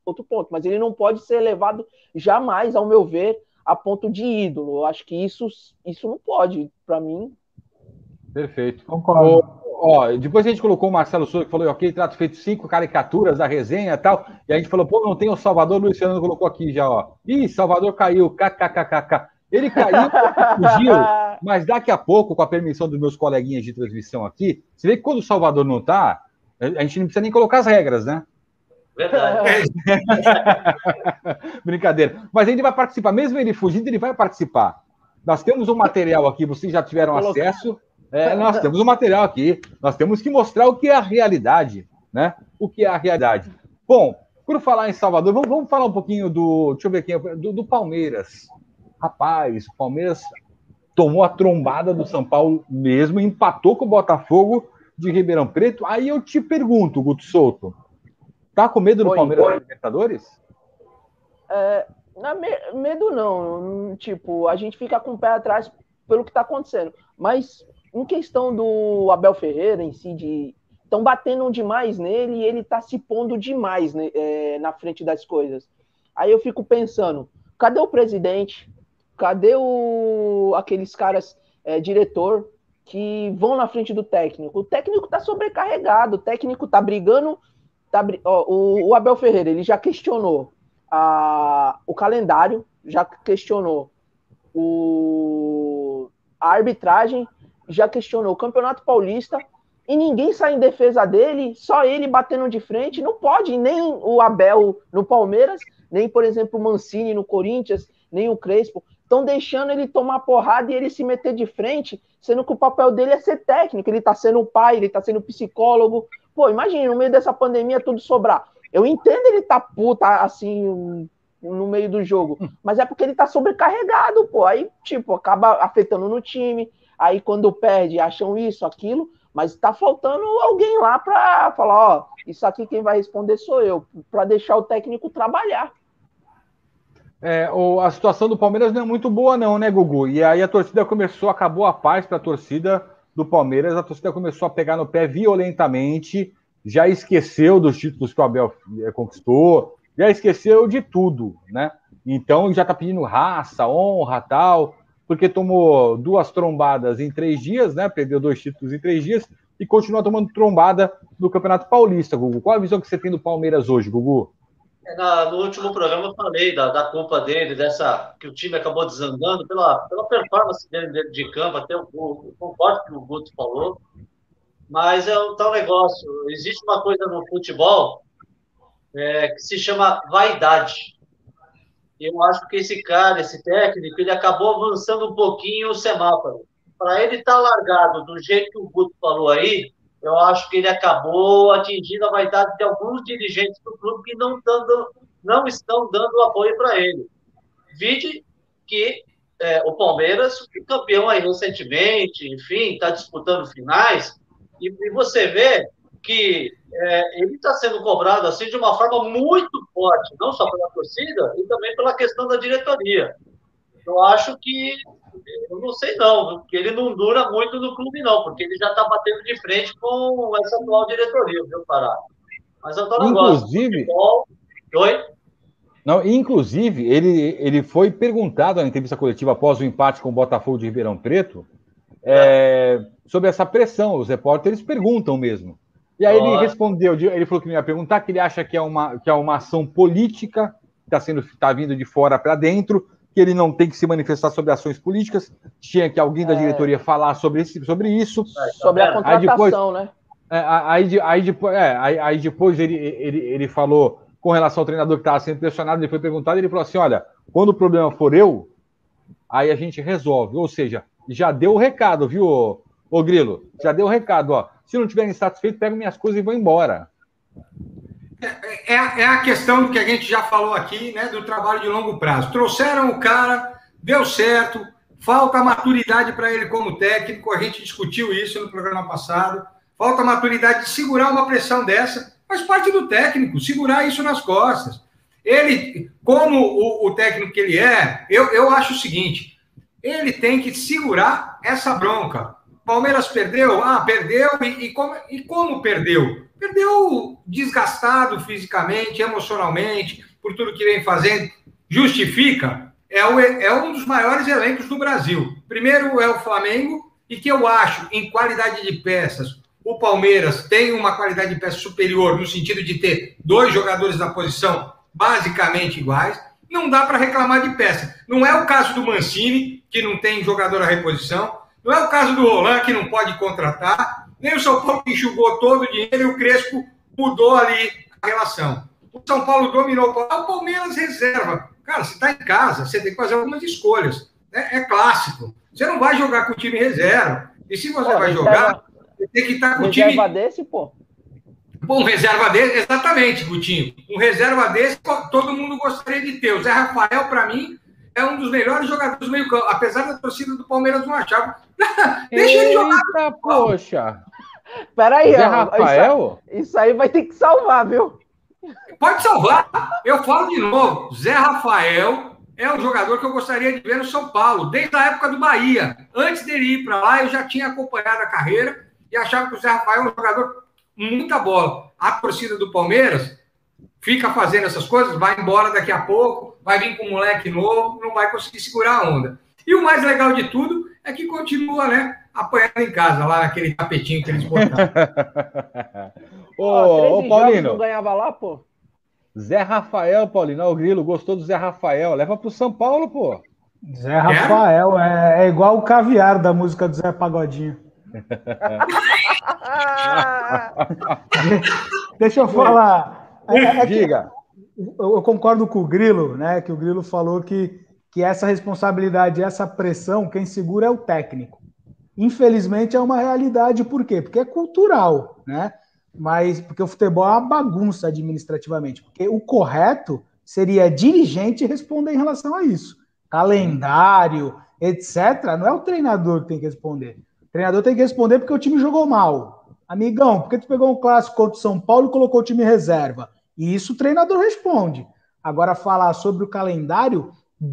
outro ponto, mas ele não pode ser elevado jamais, ao meu ver, a ponto de ídolo. Eu acho que isso, isso não pode, para mim. Perfeito. Concordo. Ó, ó, depois a gente colocou o Marcelo Souza, que falou, ok, trato feito cinco caricaturas da resenha e tal, e a gente falou, pô, não tem o Salvador, o Luciano colocou aqui já, ó. Ih, Salvador caiu, kkkk. Ele caiu, fugiu, mas daqui a pouco, com a permissão dos meus coleguinhas de transmissão aqui, você vê que quando o Salvador não tá, a gente não precisa nem colocar as regras, né? Verdade. Brincadeira. Mas ele vai participar, mesmo ele fugindo, ele vai participar. Nós temos um material aqui, vocês já tiveram acesso. É, nós temos um material aqui. Nós temos que mostrar o que é a realidade, né? O que é a realidade. Bom, por falar em Salvador, vamos, vamos falar um pouquinho do. Deixa eu ver aqui, do, do Palmeiras. Rapaz, o Palmeiras tomou a trombada do São Paulo mesmo, empatou com o Botafogo de Ribeirão Preto. Aí eu te pergunto, Guto Souto. Tá com medo do Oi, Palmeiras oi. na Libertadores? É, na me, medo não, tipo, a gente fica com o pé atrás pelo que tá acontecendo, mas em questão do Abel Ferreira em si, de estão batendo demais nele e ele tá se pondo demais, né, é, na frente das coisas. Aí eu fico pensando, cadê o presidente? Cadê o, aqueles caras, é, diretor, que vão na frente do técnico? O técnico tá sobrecarregado, o técnico tá brigando. Tá, ó, o, o Abel Ferreira, ele já questionou a, o calendário, já questionou o, a arbitragem, já questionou o Campeonato Paulista, e ninguém sai em defesa dele, só ele batendo de frente. Não pode, nem o Abel no Palmeiras, nem, por exemplo, o Mancini no Corinthians, nem o Crespo, estão deixando ele tomar porrada e ele se meter de frente, sendo que o papel dele é ser técnico, ele tá sendo o pai, ele tá sendo psicólogo. Pô, imagina, no meio dessa pandemia tudo sobrar. Eu entendo ele tá puta, assim, no meio do jogo, mas é porque ele tá sobrecarregado, pô. Aí, tipo, acaba afetando no time, aí quando perde, acham isso, aquilo, mas tá faltando alguém lá pra falar, ó, isso aqui quem vai responder sou eu, pra deixar o técnico trabalhar. É, o, a situação do Palmeiras não é muito boa não, né, Gugu? E aí a torcida começou, acabou a paz para a torcida do Palmeiras, a torcida começou a pegar no pé violentamente, já esqueceu dos títulos que o Abel conquistou, já esqueceu de tudo, né? Então já tá pedindo raça, honra, tal, porque tomou duas trombadas em três dias, né? Perdeu dois títulos em três dias e continua tomando trombada no Campeonato Paulista, Gugu. Qual a visão que você tem do Palmeiras hoje, Gugu? Na, no último programa eu falei da, da culpa dele, dessa que o time acabou desandando pela, pela performance dele dentro de campo, até o, o, concordo com o que o Guto falou, mas é um tal negócio. Existe uma coisa no futebol é, que se chama vaidade. Eu acho que esse cara, esse técnico, ele acabou avançando um pouquinho o semáforo. Para ele estar largado do jeito que o Guto falou aí, eu acho que ele acabou atingindo a vaidade de alguns dirigentes do clube que não, dando, não estão dando apoio para ele. Vide que é, o Palmeiras foi campeão aí recentemente, enfim, está disputando finais, e, e você vê que é, ele está sendo cobrado assim de uma forma muito forte, não só pela torcida, e também pela questão da diretoria. Eu acho que eu não sei não, porque ele não dura muito no clube não, porque ele já está batendo de frente com essa atual diretoria, viu, Pará? Mas eu tô Inclusive, Oi? Não, inclusive, ele, ele foi perguntado na entrevista coletiva após o empate com o Botafogo de Ribeirão Preto é, sobre essa pressão. Os repórteres perguntam mesmo. E aí ele respondeu, ele falou que não ia perguntar, que ele acha que é uma, que é uma ação política, que está sendo, tá vindo de fora para dentro, que ele não tem que se manifestar sobre ações políticas, tinha que alguém da diretoria é... falar sobre, esse, sobre isso. Sobre a contratação, aí depois, né? É, aí, aí, depois, é, aí, aí depois ele, ele, ele falou com relação ao treinador que estava sendo pressionado, ele foi perguntado, ele falou assim, olha, quando o problema for eu, aí a gente resolve. Ou seja, já deu o recado, viu, ô, ô Grilo? Já deu o recado, ó. Se não tiverem satisfeito, pego minhas coisas e vou embora. É, é a questão que a gente já falou aqui, né, do trabalho de longo prazo. Trouxeram o cara, deu certo, falta maturidade para ele como técnico, a gente discutiu isso no programa passado, falta maturidade de segurar uma pressão dessa, faz parte do técnico, segurar isso nas costas. Ele, como o, o técnico que ele é, eu, eu acho o seguinte, ele tem que segurar essa bronca. Palmeiras perdeu? Ah, perdeu. E, e, como, e como perdeu? Perdeu desgastado fisicamente, emocionalmente, por tudo que vem fazendo. Justifica? É, o, é um dos maiores elencos do Brasil. Primeiro é o Flamengo, e que eu acho, em qualidade de peças, o Palmeiras tem uma qualidade de peça superior, no sentido de ter dois jogadores na posição basicamente iguais. Não dá para reclamar de peça. Não é o caso do Mancini, que não tem jogador à reposição. Não é o caso do Roland, que não pode contratar. Nem o São Paulo, que enxugou todo o dinheiro, e o Crespo mudou ali a relação. O São Paulo dominou o Palmeiras. O Palmeiras reserva. Cara, você está em casa, você tem que fazer algumas escolhas. É, é clássico. Você não vai jogar com o time reserva. E se você pô, vai reserva, jogar, você tem que estar com o time... Reserva desse, pô? Pô, um reserva desse, exatamente, Gutinho. Um reserva desse, todo mundo gostaria de ter. O Zé Rafael, para mim, é um dos melhores jogadores do meio campo. Apesar da torcida do Palmeiras não achar. Deixa ele jogar. Eita, poxa. Peraí, Zé ó, Rafael? Isso, isso aí vai ter que salvar, viu? Pode salvar. Eu falo de novo. Zé Rafael é um jogador que eu gostaria de ver no São Paulo, desde a época do Bahia. Antes dele ir para lá, eu já tinha acompanhado a carreira e achava que o Zé Rafael é um jogador muita bola. A torcida do Palmeiras fica fazendo essas coisas, vai embora daqui a pouco, vai vir com um moleque novo, não vai conseguir segurar a onda. E o mais legal de tudo é que continua, né, apanhando em casa, lá naquele tapetinho que eles botaram. Ô, ô, ô Paulino. Não ganhava lá, pô? Zé Rafael, Paulino, o Grilo gostou do Zé Rafael, leva pro São Paulo, pô. Zé Rafael, é, é igual o caviar da música do Zé Pagodinho. Deixa eu falar. É, é Diga. Eu, eu concordo com o Grilo, né? Que o Grilo falou que, que essa responsabilidade, essa pressão, quem segura é o técnico. Infelizmente é uma realidade, por quê? Porque é cultural, né? Mas porque o futebol é uma bagunça administrativamente. Porque o correto seria dirigente responder em relação a isso. Calendário, etcétera. Não é o treinador que tem que responder. O treinador tem que responder porque o time jogou mal. Amigão, por que tu pegou um clássico contra o São Paulo e colocou o time em reserva? E isso o treinador responde. Agora, falar sobre o calendário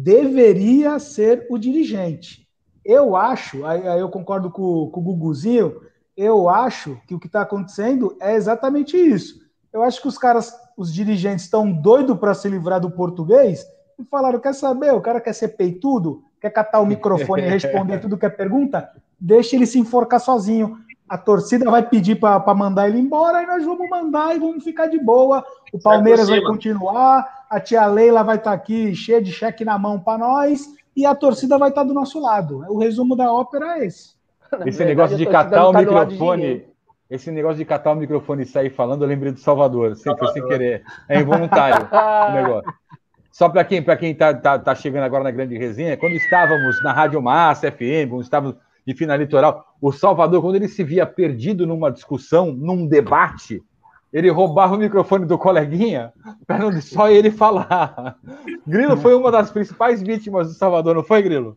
deveria ser o dirigente. Eu acho, aí, aí eu concordo com, com o Guguzinho, eu acho que o que está acontecendo é exatamente isso. Eu acho que os caras, os dirigentes estão doidos para se livrar do português e falaram, quer saber, o cara quer ser peitudo, quer catar o microfone e responder tudo que é pergunta, deixa ele se enforcar sozinho. A torcida vai pedir para mandar ele embora e nós vamos mandar e vamos ficar de boa. O Palmeiras vai continuar, a tia Leila vai estar aqui cheia de cheque na mão para nós e a torcida vai estar do nosso lado. O resumo da ópera é esse. Esse verdade, negócio de catar o microfone, esse negócio de catar o microfone e sair falando, eu lembrei do Salvador, sempre Salvador. Sem querer. É involuntário o negócio. Só para quem para quem está tá, tá chegando agora na grande resenha, quando estávamos na Rádio Massa F M, quando estávamos de Fina Litoral, o Salvador, quando ele se via perdido numa discussão, num debate, ele roubava o microfone do coleguinha para só ele falar. Grilo foi uma das principais vítimas do Salvador, não foi, Grilo?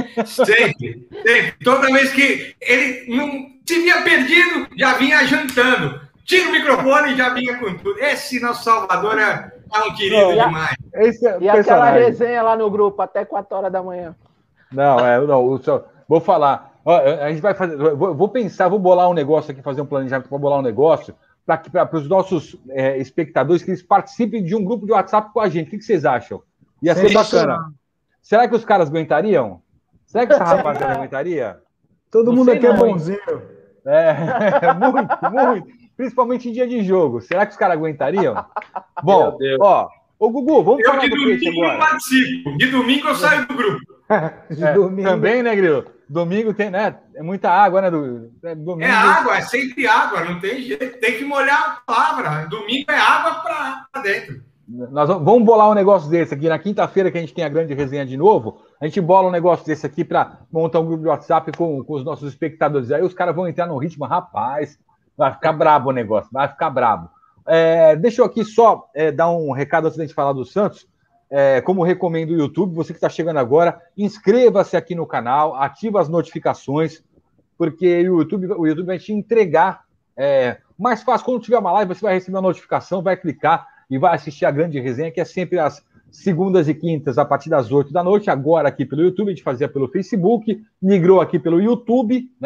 Sempre, sempre. Toda vez que ele não se via perdido, já vinha jantando. Tira o microfone e já vinha com tudo. Esse nosso Salvador é, é um querido não, demais. Esse é e personagem. Aquela resenha lá no grupo, até quatro horas da manhã. Não, é, não, o, vou falar. Ó, a gente vai fazer. Vou, vou pensar, vou bolar um negócio aqui, fazer um planejamento para bolar um negócio para os nossos é, espectadores que eles participem de um grupo de WhatsApp com a gente. O que, que vocês acham? Ia ser bacana. Será que os caras aguentariam? Será que essa rapaziada aguentaria? Todo não mundo aqui não, é bonzinho. É, muito, muito. Principalmente em dia de jogo. Será que os caras aguentariam? Bom, ó, ô Gugu, vamos eu falar de do domingo peixe agora. Eu participo. De domingo eu saio do grupo. De é, domingo. Também, né, Grilo? Domingo tem, né? É muita água, né? Do, é, domingo... é água, é sempre água, não tem jeito. Tem que molhar a palavra. Domingo é água para dentro. Nós vamos bolar um negócio desse aqui. Na quinta-feira, que a gente tem a grande resenha de novo, a gente bola um negócio desse aqui para montar um grupo de WhatsApp com, com os nossos espectadores. Aí os caras vão entrar no ritmo, rapaz, vai ficar brabo o negócio, vai ficar brabo. É, deixa eu aqui só é, dar um recado antes da gente falar do Santos. É, como recomendo o YouTube, você que está chegando agora, inscreva-se aqui no canal, ativa as notificações, porque o YouTube, o YouTube vai te entregar é, mais fácil. Quando tiver uma live, você vai receber uma notificação, vai clicar e vai assistir a grande resenha, que é sempre às segundas e quintas, a partir das oito da noite, agora aqui pelo YouTube, a gente fazia pelo Facebook, migrou aqui pelo YouTube, né?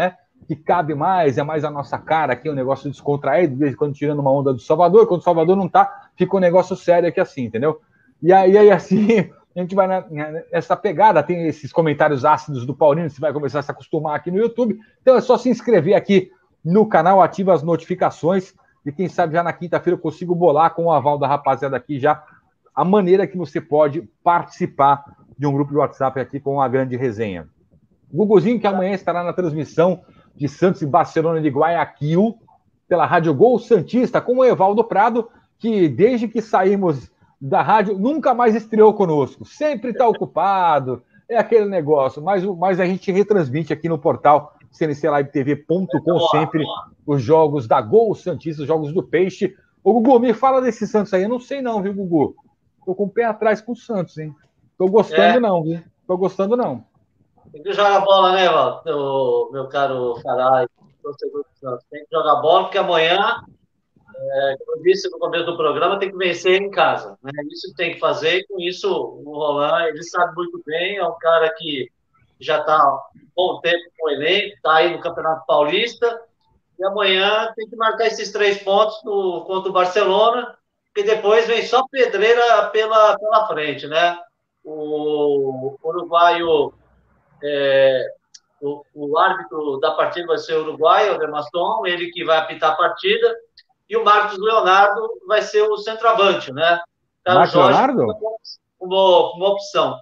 que cabe mais, é mais a nossa cara aqui, um negócio descontraído, de vez em quando tirando uma onda do Salvador, quando o Salvador não tá, fica um negócio sério aqui assim, entendeu? E aí, aí assim, a gente vai na, nessa pegada, tem esses comentários ácidos do Paulino, você vai começar a se acostumar aqui no YouTube, então é só se inscrever aqui no canal, ativa as notificações, e quem sabe já na quinta-feira eu consigo bolar com o aval da rapaziada aqui já a maneira que você pode participar de um grupo de WhatsApp aqui com a grande resenha. Guguzinho, que amanhã estará na transmissão de Santos e Barcelona de Guayaquil, pela Rádio Gol Santista, com o Evaldo Prado, que desde que saímos da rádio, nunca mais estreou conosco. Sempre está ocupado, é aquele negócio. Mas, mas a gente retransmite aqui no portal C N C Live T V ponto com sempre os jogos da Gol Santista, os jogos do Peixe. Ô, Gugu, me fala desse Santos aí. Eu não sei não, viu, Gugu? Tô com o pé atrás com o Santos, hein? Tô gostando é. não, viu? Tô gostando não. Tem que jogar bola, né, meu, meu caro Fará, torcedor do Santos. Tem que jogar bola, porque amanhã, é, como eu disse no começo do programa, tem que vencer em casa. Né? Isso que tem que fazer, e com isso o Roland, ele sabe muito bem, é um cara que já está há um bom tempo com o elenco, está aí no Campeonato Paulista, e amanhã tem que marcar esses três pontos no, contra o Barcelona, porque depois vem só pedreira pela, pela frente, né? O uruguaio... É, o, o árbitro da partida vai ser o uruguaio, o Demaston, ele que vai apitar a partida, e o Marcos Leonardo vai ser o centroavante, né? Marcos Leonardo? Uma, uma opção.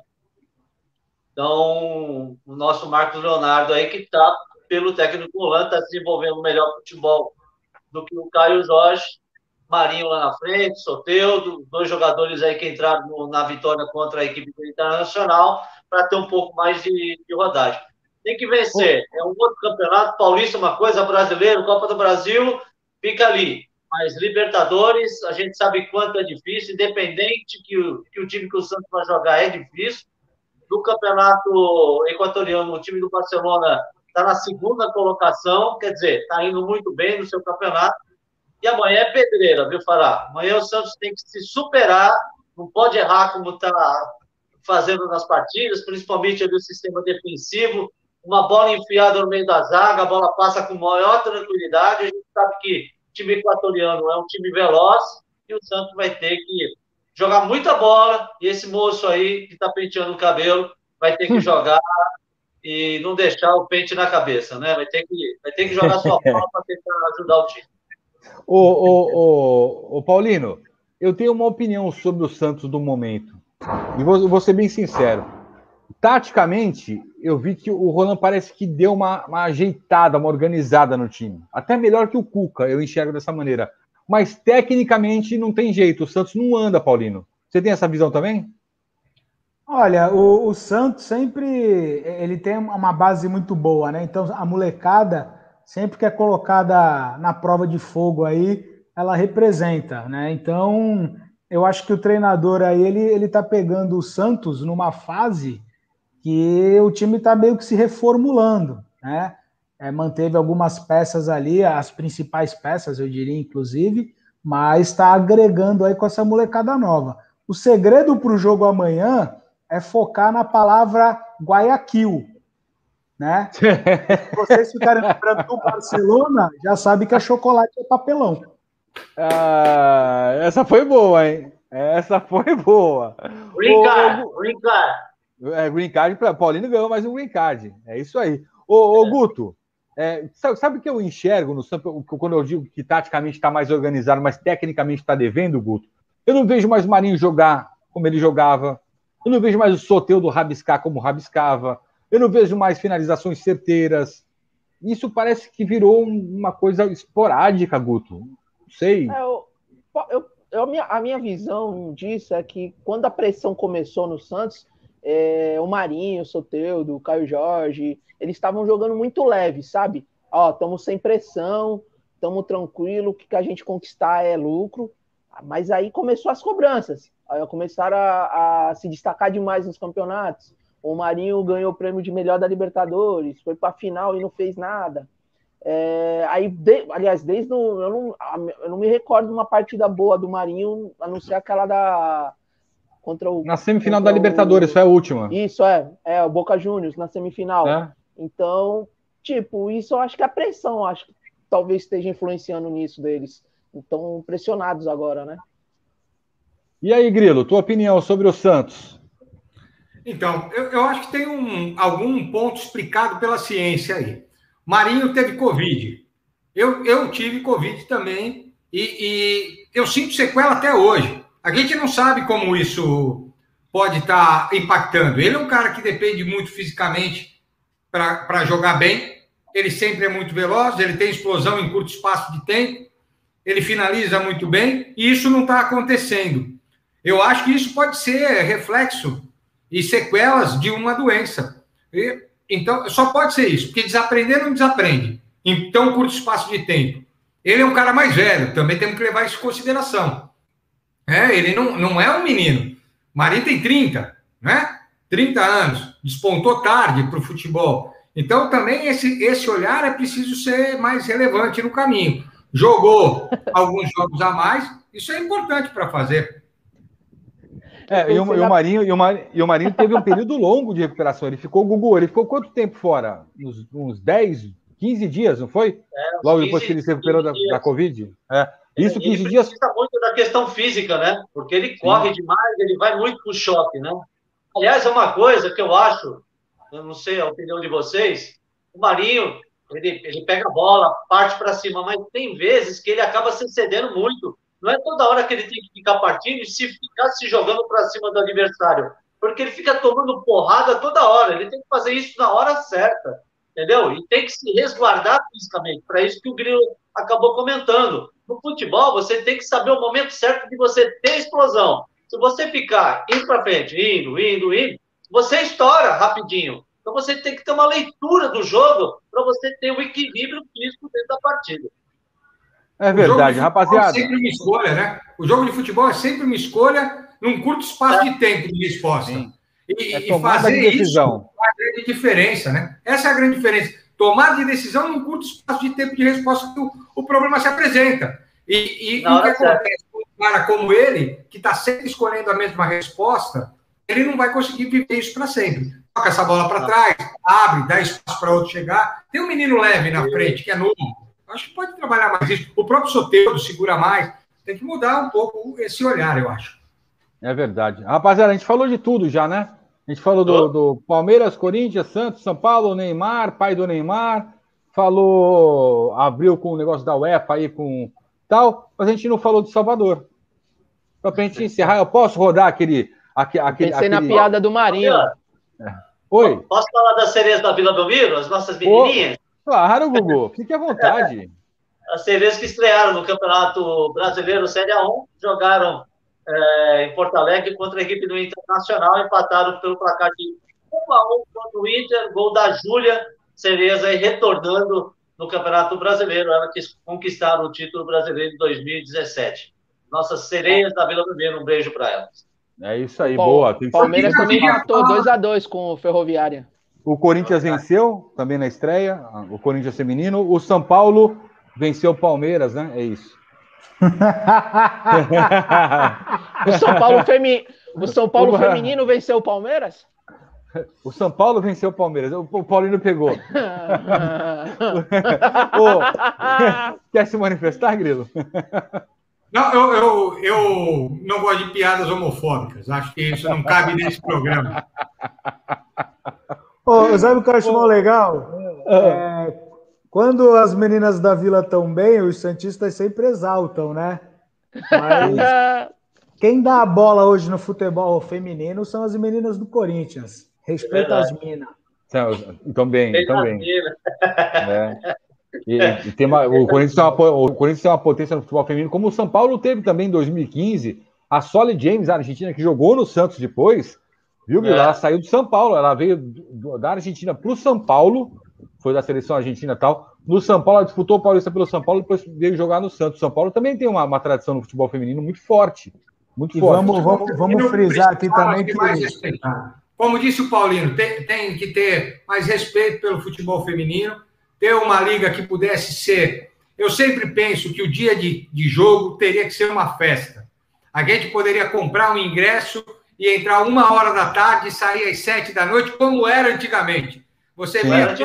Então, o nosso Marcos Leonardo aí, que está, pelo técnico Roland, está desenvolvendo o melhor futebol do que o Caio Jorge, Marinho lá na frente, Soteldo, dois jogadores aí que entraram no, na vitória contra a equipe do Internacional, para ter um pouco mais de, de rodagem. Tem que vencer. É um outro campeonato, Paulista uma coisa, Brasileiro, Copa do Brasil, fica ali. Mas Libertadores, a gente sabe quanto é difícil, independente que o, que o time que o Santos vai jogar é difícil. No campeonato equatoriano, o time do Barcelona está na segunda colocação, quer dizer, está indo muito bem no seu campeonato. E amanhã é pedreira, viu, Fará? Amanhã o Santos tem que se superar, não pode errar como está fazendo nas partidas, principalmente ali o sistema defensivo, uma bola enfiada no meio da zaga, a bola passa com maior tranquilidade, a gente sabe que o time equatoriano é um time veloz, e o Santos vai ter que jogar muita bola, e esse moço aí, que está penteando o cabelo, vai ter que jogar e não deixar o pente na cabeça, né? Vai ter que, vai ter que jogar sua bola para tentar ajudar o time. Ô, ô, ô, ô, Paulino, eu tenho uma opinião sobre o Santos do momento. E vou, vou ser bem sincero. Taticamente, eu vi que o Roland parece que deu uma, uma ajeitada, uma organizada no time. Até melhor que o Cuca, eu enxergo dessa maneira. Mas tecnicamente não tem jeito. O Santos não anda, Paulino. Você tem essa visão também? Olha, o, o Santos sempre ele tem uma base muito boa, né? Então a molecada, sempre que é colocada na prova de fogo aí, ela representa, né? Então eu acho que o treinador aí, ele, ele tá pegando o Santos numa fase que o time tá meio que se reformulando, né? É, manteve algumas peças ali, as principais peças, eu diria, inclusive, mas está agregando aí com essa molecada nova. O segredo para o jogo amanhã é focar na palavra Guayaquil, né? Se vocês ficarem lembrando do Barcelona, já sabe que é chocolate e papelão. Ah, essa foi boa, hein? Essa foi boa. Green card, ô, green card. É, green card para Paulino ganhou mais um green card. É isso aí. Ô, ô Guto, é, sabe, sabe o que eu enxergo no Santos, quando eu digo que taticamente está mais organizado, mas tecnicamente está devendo, Guto? Eu não vejo mais o Marinho jogar como ele jogava. Eu não vejo mais o Soteldo rabiscar como rabiscava. Eu não vejo mais finalizações certeiras. Isso parece que virou uma coisa esporádica, Guto. Não sei. É, eu, eu, eu, a, minha, a minha visão disso é que quando a pressão começou no Santos, é, o Marinho, o Soteldo, o Caio Jorge, eles estavam jogando muito leve, sabe? Ó, estamos sem pressão, estamos tranquilo, o que a gente conquistar é lucro. Mas aí começou as cobranças. Aí começaram a, a se destacar demais nos campeonatos. O Marinho ganhou o prêmio de melhor da Libertadores, foi para a final e não fez nada. É, aí, de, aliás, desde o, eu, não, eu não me recordo de uma partida boa do Marinho, a não ser aquela da contra o na semifinal contra da Libertadores, o, foi a última. Isso é, é o Boca Juniors na semifinal. É. Então tipo, isso eu acho que a pressão, acho que talvez esteja influenciando nisso deles. Estão pressionados agora, né? E aí, Grilo, tua opinião sobre o Santos? Então, eu, eu acho que tem um, algum ponto explicado pela ciência aí. Marinho teve Covid. Eu, eu tive Covid também e, e eu sinto sequela até hoje. A gente não sabe como isso pode estar impactando. Ele é um cara que depende muito fisicamente para jogar bem. Ele sempre é muito veloz, ele tem explosão em curto espaço de tempo, ele finaliza muito bem e isso não está acontecendo. Eu acho que isso pode ser reflexo e sequelas de uma doença. E, então, só pode ser isso, porque desaprender não desaprende em tão curto espaço de tempo. Ele é um cara mais velho, também temos que levar isso em consideração. É, ele não, não é um menino. Marinho tem trinta, né? trinta anos, despontou tarde para o futebol. Então, também esse, esse olhar é preciso ser mais relevante no caminho. Jogou alguns jogos a mais, isso é importante para fazer. É, e o, e, o Marinho, e, o Marinho, e o Marinho teve um período longo de recuperação. Ele ficou, Gugu, ele ficou quanto tempo fora? Uns, uns dez, quinze dias, não foi? É, Logo quinze, depois que ele se recuperou da, da Covid? É. Isso, ele quinze dias. Precisa muito da questão física, né? Porque ele corre Sim. demais, ele vai muito pro choque, né? Aliás, é uma coisa que eu acho, eu não sei a opinião de vocês, o Marinho, ele, ele pega a bola, parte para cima, mas tem vezes que ele acaba se cedendo muito. Não é toda hora que ele tem que ficar partindo e se ficar se jogando para cima do adversário, porque ele fica tomando porrada toda hora. Ele tem que fazer isso na hora certa, entendeu? E tem que se resguardar fisicamente. Para isso que o Grilo acabou comentando. No futebol, você tem que saber o momento certo de você ter explosão. Se você ficar indo para frente, indo, indo, indo, você estoura rapidinho. Então você tem que ter uma leitura do jogo para você ter um equilíbrio físico dentro da partida. É verdade, rapaziada. É sempre uma escolha, né? O jogo de futebol é sempre uma escolha num curto espaço é. de tempo de resposta. Sim. E, é e fazer de decisão. isso é a grande diferença, né? Essa é a grande diferença. Tomar de decisão num curto espaço de tempo de resposta que o, o problema se apresenta. E, e o que acontece com um cara como ele, que está sempre escolhendo a mesma resposta, ele não vai conseguir viver isso para sempre. Toca essa bola para trás, abre, dá espaço para outro chegar. Tem um menino leve na frente, que é novo. Acho que pode trabalhar mais isso. O próprio Soteldo segura mais. Tem que mudar um pouco esse olhar, eu acho. É verdade. Rapaziada, a gente falou de tudo já, né? A gente falou do, do Palmeiras, Corinthians, Santos, São Paulo, Neymar, pai do Neymar. Falou, abriu com o negócio da UEFA aí, com tal. Mas a gente não falou de Salvador. Só pra gente encerrar, eu posso rodar aquele... aquele Pensei aquele... na piada do Marinho. É. Oi? Posso falar das sereias da Vila Belmiro? As nossas menininhas? Ô. Claro, Gugu, fique à vontade. As sereias que estrearam no Campeonato Brasileiro Série A um, jogaram é, em Porto Alegre contra a equipe do Internacional, empataram pelo placar de um a um contra o Inter, gol da Júlia, sereias aí retornando no Campeonato Brasileiro, elas que conquistaram o título brasileiro de dois mil e dezessete. Nossas sereias da Vila Belmiro, um beijo para elas. É isso aí, Bom, boa. Tem Palmeiras também empatou dois a dois com o Ferroviária. O Corinthians venceu também na estreia, o Corinthians feminino. O São Paulo venceu o Palmeiras, né? É isso. o São Paulo, femi... o São Paulo feminino venceu o Palmeiras? O São Paulo venceu o Palmeiras. O Paulino pegou. Ô, quer se manifestar, Grilo? Não, eu, eu, eu não gosto de piadas homofóbicas. Acho que isso não cabe nesse programa. Oh, sabe o que eu acho mal legal? É, quando as meninas da Vila estão bem, os santistas sempre exaltam, né? Mas quem dá a bola hoje no futebol feminino são as meninas do Corinthians. Respeita é as minas. Então bem, então bem. É. E, e tem uma, o, Corinthians tem uma, o Corinthians tem uma potência no futebol feminino, como o São Paulo teve também em dois mil e quinze. A Solly James, a argentina, que jogou no Santos depois... Viu, Guilherme? É. Ela saiu do São Paulo, ela veio do, da Argentina para o São Paulo, foi da seleção argentina e tal. No São Paulo, ela disputou o Paulista pelo São Paulo e depois veio jogar no Santos. São Paulo também tem uma, uma tradição no futebol feminino muito forte. Muito e forte. Vamos, vamos, vamos frisar aqui também que... Como disse o Paulino, tem, tem que ter mais respeito pelo futebol feminino, ter uma liga que pudesse ser... Eu sempre penso que o dia de, de jogo teria que ser uma festa. A gente poderia comprar um ingresso... e entrar uma hora da tarde e sair às sete da noite, como era antigamente. Você via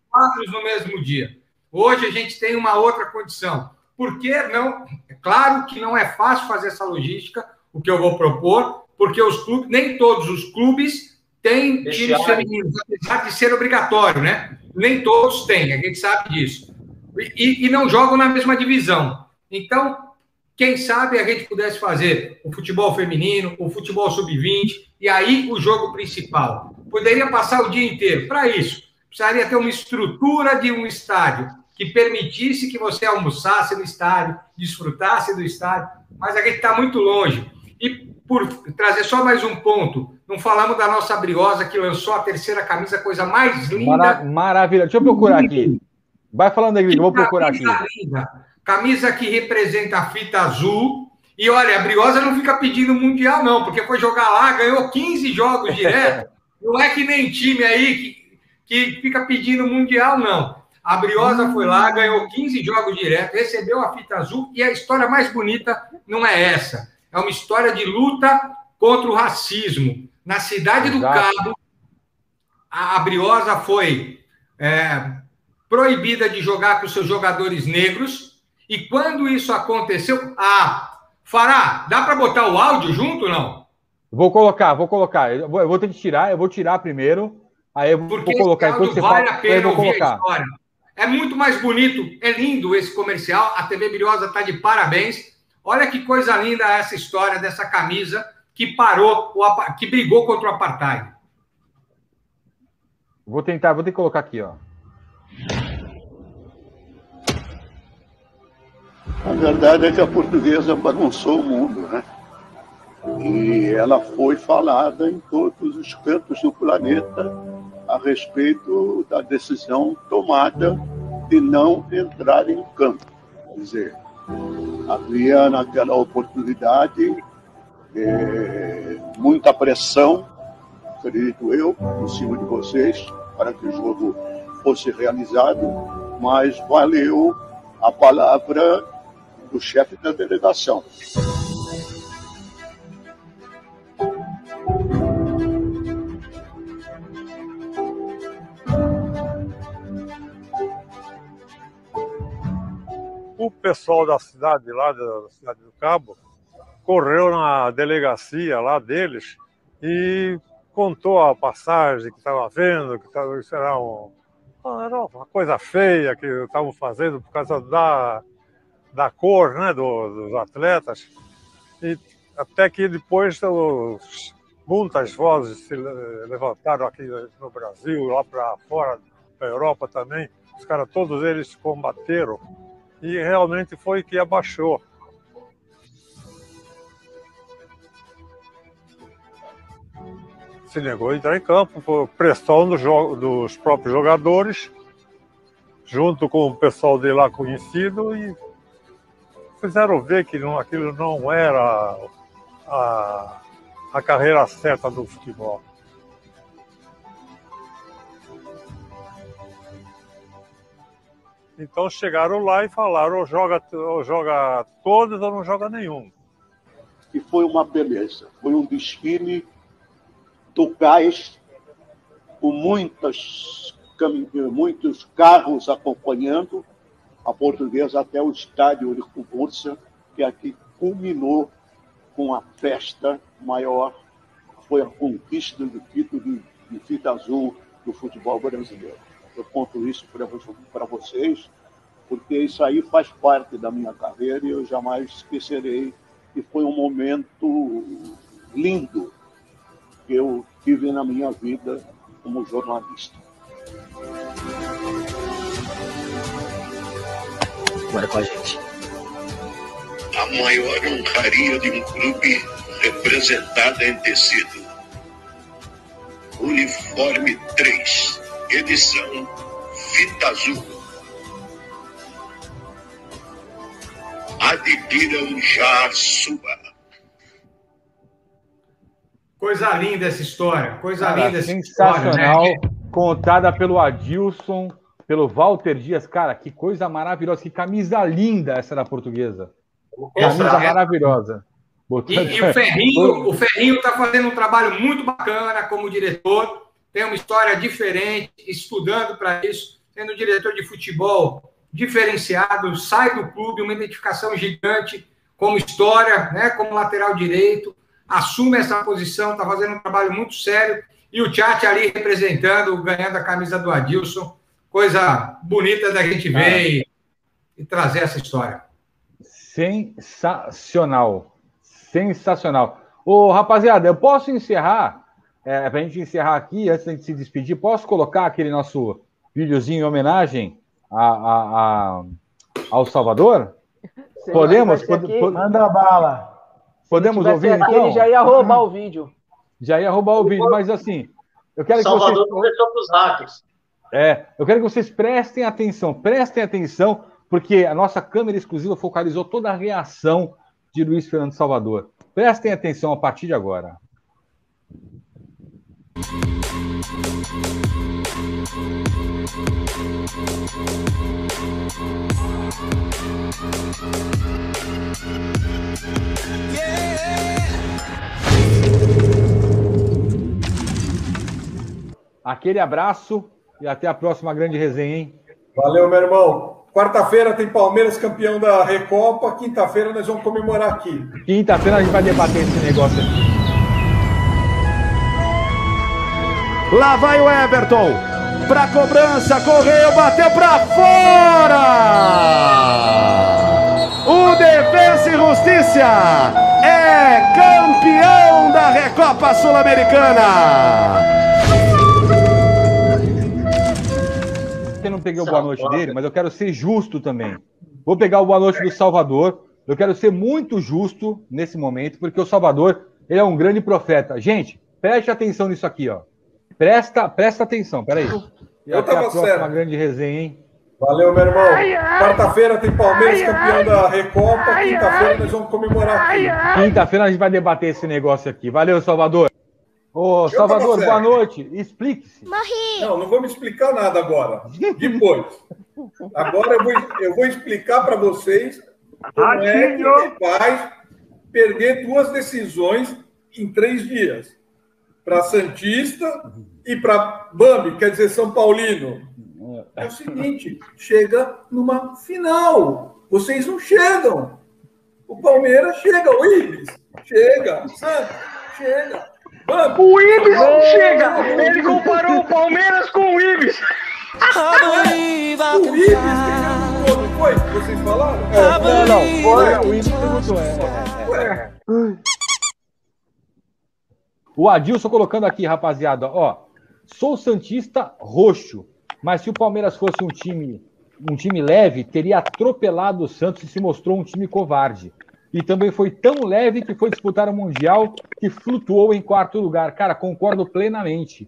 quadros no mesmo dia. Hoje a gente tem uma outra condição. Por que não? É claro que não é fácil fazer essa logística, o que eu vou propor, porque os clubes, nem todos os clubes têm times femininos, apesar de ser obrigatório, né? Nem todos têm, a gente sabe disso. E, e não jogam na mesma divisão. Então, quem sabe a gente pudesse fazer o futebol feminino, o futebol sub vinte, e aí o jogo principal. Poderia passar o dia inteiro. Para isso, precisaria ter uma estrutura de um estádio que permitisse que você almoçasse no estádio, desfrutasse do estádio, mas a gente está muito longe. E, por trazer só mais um ponto, não falamos da nossa Briosa, que lançou a terceira camisa, coisa mais linda. Mara maravilha. Deixa eu procurar aqui. Vai falando aí, eu vou procurar aqui. Linda. Camisa que representa a fita azul. E olha, a Briosa não fica pedindo mundial, não, porque foi jogar lá, ganhou quinze jogos direto. Não é que nem time aí que, que fica pedindo mundial, não. A Briosa foi lá, ganhou quinze jogos direto, recebeu a fita azul, e a história mais bonita não é essa. É uma história de luta contra o racismo. Na cidade do Cabo, a Briosa foi é, proibida de jogar com seus jogadores negros, e quando isso aconteceu... Ah, Fará, dá para botar o áudio junto ou não? Vou colocar, vou colocar. Eu vou, eu vou ter que tirar, eu vou tirar primeiro, aí eu vou Porque colocar. Porque você vale fala, a pena eu vou ouvir colocar. a história. É muito mais bonito, é lindo esse comercial, a T V Briosa está de parabéns. Olha que coisa linda essa história dessa camisa que parou, o, que brigou contra o apartheid. Vou tentar, vou ter que colocar aqui, ó. A verdade é que a portuguesa bagunçou o mundo, né? E ela foi falada em todos os cantos do planeta a respeito da decisão tomada de não entrar em campo. Quer dizer, havia naquela oportunidade é, muita pressão, acredito eu, em cima de vocês, para que o jogo fosse realizado, mas valeu a palavra do chefe da delegação. O pessoal da cidade lá, da cidade do Cabo, correu na delegacia lá deles e contou a passagem que estava vendo, que tava, isso era, um, era uma coisa feia que estavam fazendo por causa da, da cor, né, do, dos atletas. E até que depois os, muitas vozes se levantaram aqui no Brasil, lá para fora, para a Europa também. Os caras, todos eles combateram. E realmente foi que abaixou. Se negou a entrar em campo por pressão do jo- dos próprios jogadores, junto com o pessoal de lá conhecido, e fizeram ver que não, aquilo não era a, a carreira certa do futebol. Então chegaram lá e falaram, ou joga, ou joga todos ou não joga nenhum. E foi uma beleza. Foi um desfile do cais, com muitas, muitos carros acompanhando a portuguesa até o estádio Eurico Bursa, que aqui culminou com a festa maior, foi a conquista do título de, de fita azul do futebol brasileiro. Eu conto isso para vocês, porque isso aí faz parte da minha carreira e eu jamais esquecerei. E foi um momento lindo que eu tive na minha vida como jornalista. Agora com a gente. A maior honraria de um clube representada em tecido. Uniforme três. Edição Fita Azul. Adquiram já a sua. Coisa linda essa história. Coisa Cara, linda essa sensacional, história, né? contada pelo Adilson, pelo Walter Dias. Cara, que coisa maravilhosa. Que camisa linda essa da portuguesa. Camisa Essa, maravilhosa. E, e o Ferrinho o Ferrinho está fazendo um trabalho muito bacana como diretor. Tem uma história diferente, estudando para isso. tendo um diretor de futebol diferenciado, sai do clube, uma identificação gigante como história, né, como lateral direito, assume essa posição, está fazendo um trabalho muito sério, e o Tchatcho ali representando, ganhando a camisa do Adilson, coisa bonita da gente ver e, e trazer essa história. Sensacional, sensacional. Ô, rapaziada, eu posso encerrar, é, para a gente encerrar aqui, antes de se despedir, posso colocar aquele nosso videozinho em homenagem a, a, a, ao Salvador? Se Podemos? Pod, aqui, pod, manda a bala. Podemos ouvir, aqui, então? Ele já ia roubar o vídeo. Já ia roubar o vídeo, mas assim, eu quero Salvador que vocês... começou para os hackers. É, eu quero que vocês prestem atenção, prestem atenção, porque a nossa câmera exclusiva focalizou toda a reação de Luiz Fernando Salvador. Prestem atenção a partir de agora. Aquele abraço e até a próxima grande resenha, hein? Valeu, meu irmão. Quarta-feira tem Palmeiras campeão da Recopa. Quinta-feira nós vamos comemorar aqui. Quinta-feira a gente vai debater esse negócio aqui. Lá vai o Everton. Pra cobrança, correu, bateu pra fora! O Defensa e Justiça é campeão da Recopa Sul-Americana! Eu não peguei o boa noite dele, mas eu quero ser justo também. Vou pegar o boa noite do Salvador. Eu quero ser muito justo nesse momento, porque o Salvador, ele é um grande profeta. Gente, preste atenção nisso aqui, ó. Presta, presta atenção, peraí. E eu até a próxima certo. grande resenha, hein? Valeu, meu irmão. Quarta-feira tem Palmeiras campeão da Recopa. Quinta-feira nós vamos comemorar aqui. Quinta-feira a gente vai debater esse negócio aqui. Valeu, Salvador. Ô, Salvador, boa noite. Explique-se. Morri. Não, não vou me explicar nada agora. Depois. Agora eu vou, eu vou explicar para vocês como é que faz perder duas decisões em três dias. Para Santista e para Bambi, quer dizer São Paulino. É o seguinte, chega numa final. Vocês não chegam. O Palmeiras chega, o Ibis chega, Santos chega. Bambi, o Ibis não chega. Ele comparou o Palmeiras com o Ibis. O Ibis que ganhou não foi? Vocês falaram? É, não, não, foi. O Ibis perguntou. É. O Adilson colocando aqui, rapaziada, ó, sou santista roxo, mas se o Palmeiras fosse um time, um time leve, teria atropelado o Santos e se mostrou um time covarde. E também foi tão leve que foi disputar o Mundial que flutuou em quarto lugar. Cara, concordo plenamente,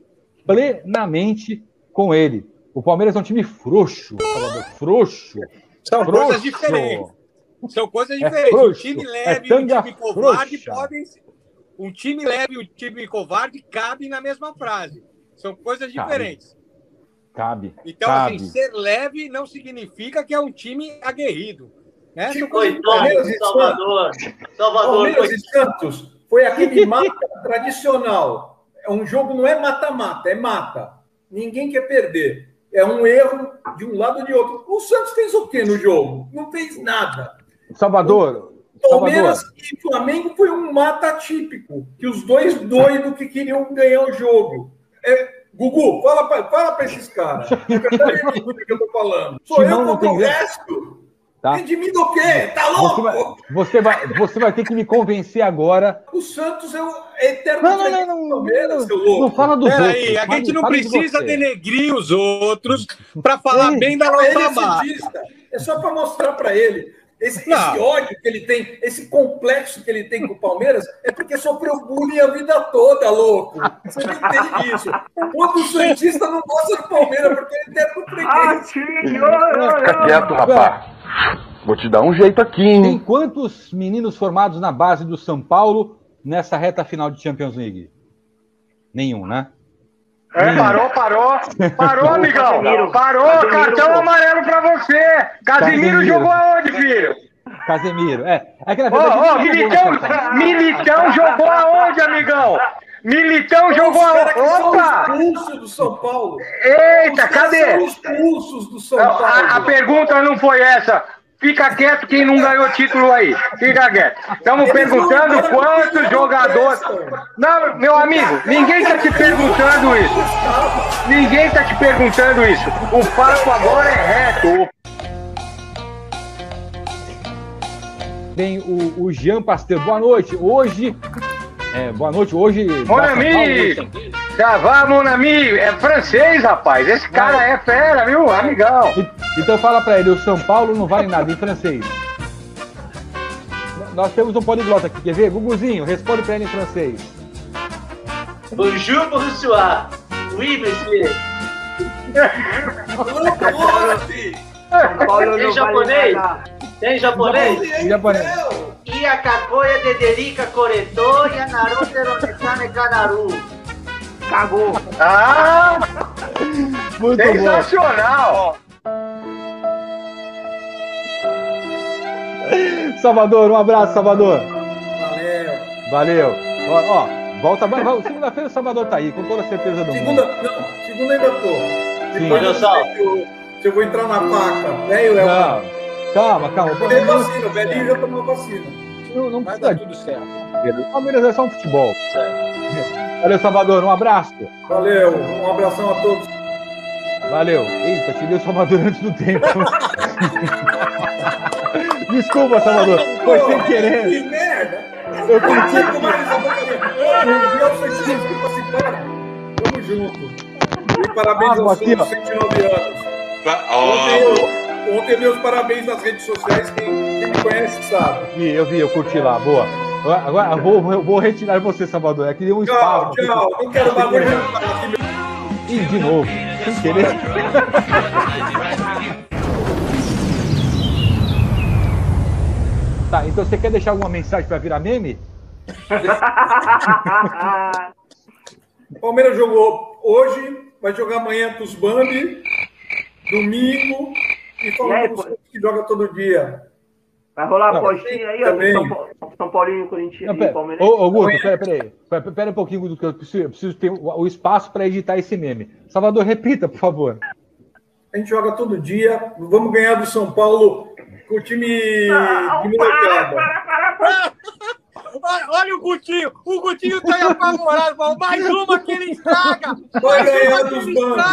plenamente com ele. O Palmeiras é um time frouxo, frouxo. São frouxo. coisas diferentes. São coisas diferentes. É um time leve é e um time covarde frouxa. podem ser. Um time leve e um time covarde cabem na mesma frase. São coisas diferentes. Cabe. Então, cabe. assim, ser leve não significa que é um time aguerrido. Né? Oi, Palmeiras e Salvador. Salvador. Palmeiras e Santos foi aquele mata tradicional. Um jogo não é mata-mata, é mata. Ninguém quer perder. É um erro de um lado ou de outro. O Santos fez o quê no jogo? Não fez nada. Salvador... Palmeiras Salvador. E Flamengo foi um mata típico, que os dois doidos que queriam ganhar o jogo. É, Gugu, fala para fala esses caras. É verdade que eu tô falando. Sou Timão eu não contra o tem resto. Tá? E de mim do quê? Tá louco? Você vai, você, vai, você vai ter que me convencer agora. O Santos é o eterno não, não, não, não, Palmeiras, seu não, louco. não fala dos Pera outros. aí, a fala, gente não fala precisa denegrir os outros para falar Ei, bem da Ele nossa é marca. santista. É só para mostrar para ele. Esse, esse Não. ódio que ele tem, esse complexo que ele tem com o Palmeiras, é porque sofreu bullying a vida toda, louco. Você não entende isso. Quando o Santista não gosta do Palmeiras, porque ele é pro freguês. Fica quieto, rapaz. Vou te dar um jeito aqui, Tem hein? quantos meninos formados na base do São Paulo nessa reta final de Champions League? Nenhum, né? É, Nenhum. parou, parou. Parou, amigão. Casemiro. Parou, Casemiro, cartão pô. amarelo pra você. Casimiro Casemiro. jogou aonde, filho? Casemiro, é. É que na Ô, verdade. ô, ele não jogou no São Paulo. Militão, Militão jogou aonde, amigão? Militão jogou Os a. caras que são Opa! expulsos do São Paulo. Eita, Os caras cadê? são expulsos do São A, Paulo. a pergunta não foi essa. Fica quieto quem não ganhou título aí. Fica quieto. Estamos perguntando quantos jogadores. Não, meu amigo, ninguém está te perguntando isso. Ninguém está te perguntando isso. O papo agora é reto. Tem o, o Jean Pasteur. Boa noite. Hoje. É, boa noite. Hoje. Mon ami! Ça va, mon ami? É francês, rapaz. Esse cara é fera, viu? Amigão. Então fala pra ele, o São Paulo não vale nada em francês. Nós temos um poliglota aqui, quer ver? Guguzinho, responde pra ele em francês. Bonjour, bonsoir. Oui, monsieur. Tem japonês? Tem japonês? Em japonês. Ia Kakoya Dederica Coreto e a Naruto Eronetane Kanaru. Cagou. Ah! Muito sensacional! Bom. Salvador, um abraço, Salvador. Valeu. Valeu. Ó, ó volta. Segunda-feira o Salvador tá aí, com toda a certeza do segunda, mundo. Não, segunda ainda tô. Sim. Depois eu sei que eu, se eu vou entrar na faca. Velho, é Não, calma, calma. Eu tenho vacina, o velhinho já tomou vacina. Não, não Vai precisa dar tudo certo. O Palmeiras é só um futebol. Valeu, Salvador, um abraço. Valeu, um abração a todos. Valeu. Eita, tirei o Salvador antes do tempo. Desculpa, Salvador. Foi sem querer. Que merda! Eu pensei que... Tamo junto. E parabéns ah, aos aqui, seus cento e nove anos. Ontem, eu, ontem meus parabéns nas redes sociais. Quem, quem me conhece sabe. Vi, eu vi, eu curti lá. Boa. Agora eu vou, eu vou retirar você, Salvador. É que deu um tchau, espaço. Tchau, tchau. Não quero mais hoje. Ih, de novo. Sem querer. Tá, então você quer deixar alguma mensagem para virar meme? O Palmeiras jogou hoje, vai jogar amanhã com os Bambi, domingo, e falando dos que joga todo dia. Vai rolar a postinha aí, ó, São, Paulo, São Paulinho, Corinthians e Palmeiras. Ô, ô Guto, pera, pera aí. Pera, pera um pouquinho, Guto, que eu preciso, eu preciso ter o, o espaço para editar esse meme. Salvador, repita, por favor. A gente joga todo dia, vamos ganhar do São Paulo com o time de molecada. Olha, olha o Gutinho, o Gutinho tá apavorado, falou, mais uma que ele estraga! Vai ganhar dos bancos!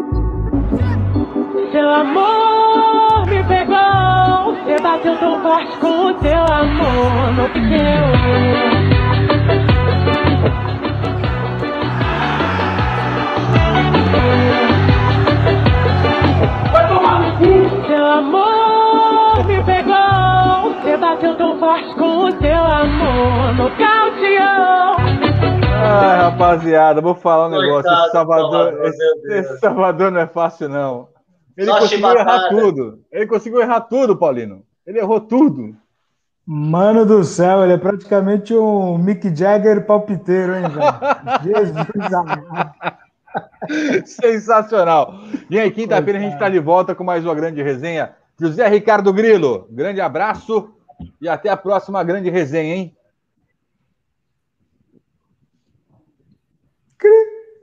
Seu amor me pegou, você bateu tão forte com o teu amor, não fiquei. Seu amor me pegou, você bateu tão forte com o teu amor, nocauteou. Ai, rapaziada, vou falar um negócio. Coitado, Esse Salvador, Salvador, esse, esse Salvador não é fácil, não. Ele Só conseguiu chibatada. errar tudo. Ele conseguiu errar tudo, Paulino. Ele errou tudo. Mano do céu, ele é praticamente um Mick Jagger palpiteiro, hein, velho? Jesus amado. Sensacional. E aí, quinta-feira a gente está de volta com mais uma grande resenha. José Ricardo Grilo, grande abraço e até a próxima grande resenha, hein? É,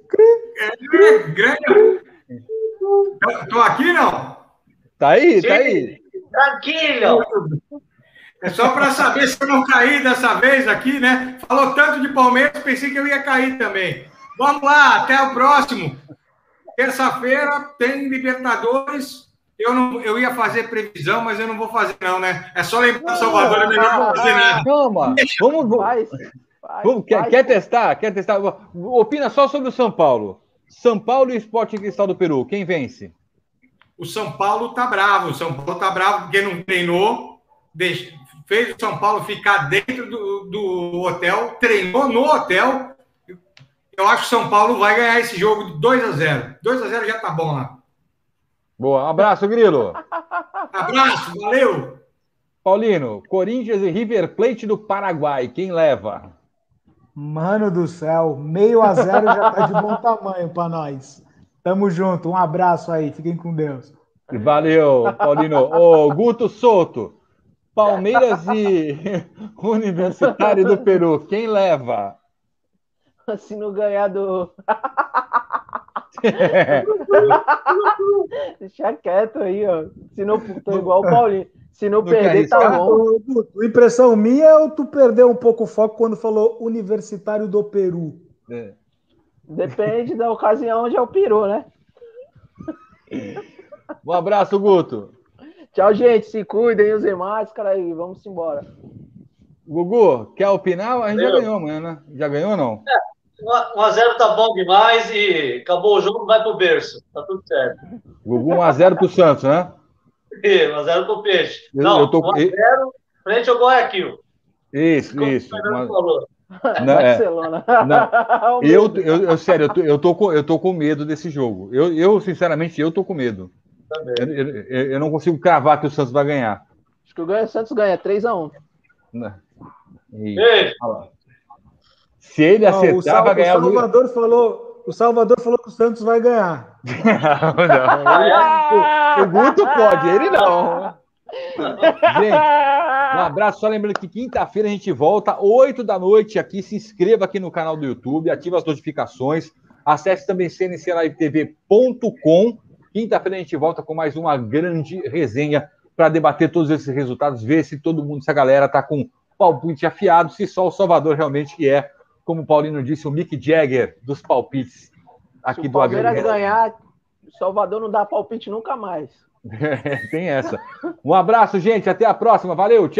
grande. Tô aqui, não? Tá aí, Sim. tá aí. Tranquilo. É só para saber se eu não caí dessa vez aqui, né? Falou tanto de Palmeiras, pensei que eu ia cair também. Vamos lá, até o próximo. Terça-feira tem Libertadores. Eu, não, eu ia fazer previsão, mas eu não vou fazer, não, né? É só lembrar do Salvador, é melhor não fazer nada. Calma, vamos. Faz, faz, vamos quer, faz. quer testar? Quer testar? Opina só sobre o São Paulo. São Paulo e Sport Cristal do Peru, quem vence? O São Paulo tá bravo. O São Paulo tá bravo porque não treinou, deixa, fez o São Paulo ficar dentro do, do hotel, treinou no hotel. Eu acho que o São Paulo vai ganhar esse jogo de dois a zero. dois a zero já tá bom lá. Boa, um abraço, Grilo. Abraço, valeu! Paulino, Corinthians e River Plate do Paraguai, quem leva? Mano do céu, meio a zero já tá de bom tamanho para nós. Tamo junto, um abraço aí, fiquem com Deus. Valeu, Paulino. Ô, Guto Souto, Palmeiras e Universitário do Peru, quem leva? Se não ganhar do... Deixa quieto aí, ó. Se não, tô igual o Paulinho. Se não, não perder, tá bom. Impressão minha ou tu perdeu um pouco o foco quando falou Universitário do Peru? É. Depende da ocasião onde é o Peru, né? Um abraço, Guto. Tchau, gente. Se cuidem, usem máscara aí. Vamos embora. Gugu, quer opinar? A gente já ganhou amanhã, né? Já ganhou ou não? É, um a zero tá bom demais e acabou o jogo, vai pro berço. Tá tudo certo. Gugu, um a zero pro Santos, né? um a zero pro Peixe. Eu, não, eu tô... um a zero frente ao Guayaquil. Isso, Como isso. o Fernando Uma... falou. Não, Barcelona. É, não. Eu, eu, eu, sério, eu tô, eu, tô com, eu tô com medo desse jogo. Eu, eu sinceramente, eu tô com medo. Eu, eu, eu não consigo cravar que o Santos vai ganhar. Acho que o Santos ganha três a um. Se ele acertar, não, o Sal, vai ganhar o Salvador o... falou. O Salvador falou que o Santos vai ganhar. Não, não. O, o Guto pode, ele não. Gente, um abraço. Só lembrando que quinta-feira a gente volta, oito da noite aqui. Se inscreva aqui no canal do YouTube, ative as notificações. Acesse também c n c live t v ponto com. Quinta-feira a gente volta com mais uma grande resenha para debater todos esses resultados, ver se todo mundo, se a galera tá com palpite afiado, se só o Salvador realmente que é, como o Paulino disse, o Mick Jagger dos palpites aqui se do Palmeiras Agrega. Ganhar, o Salvador não dá palpite nunca mais. Tem essa. Um abraço, gente. Até a próxima. Valeu. Tchau.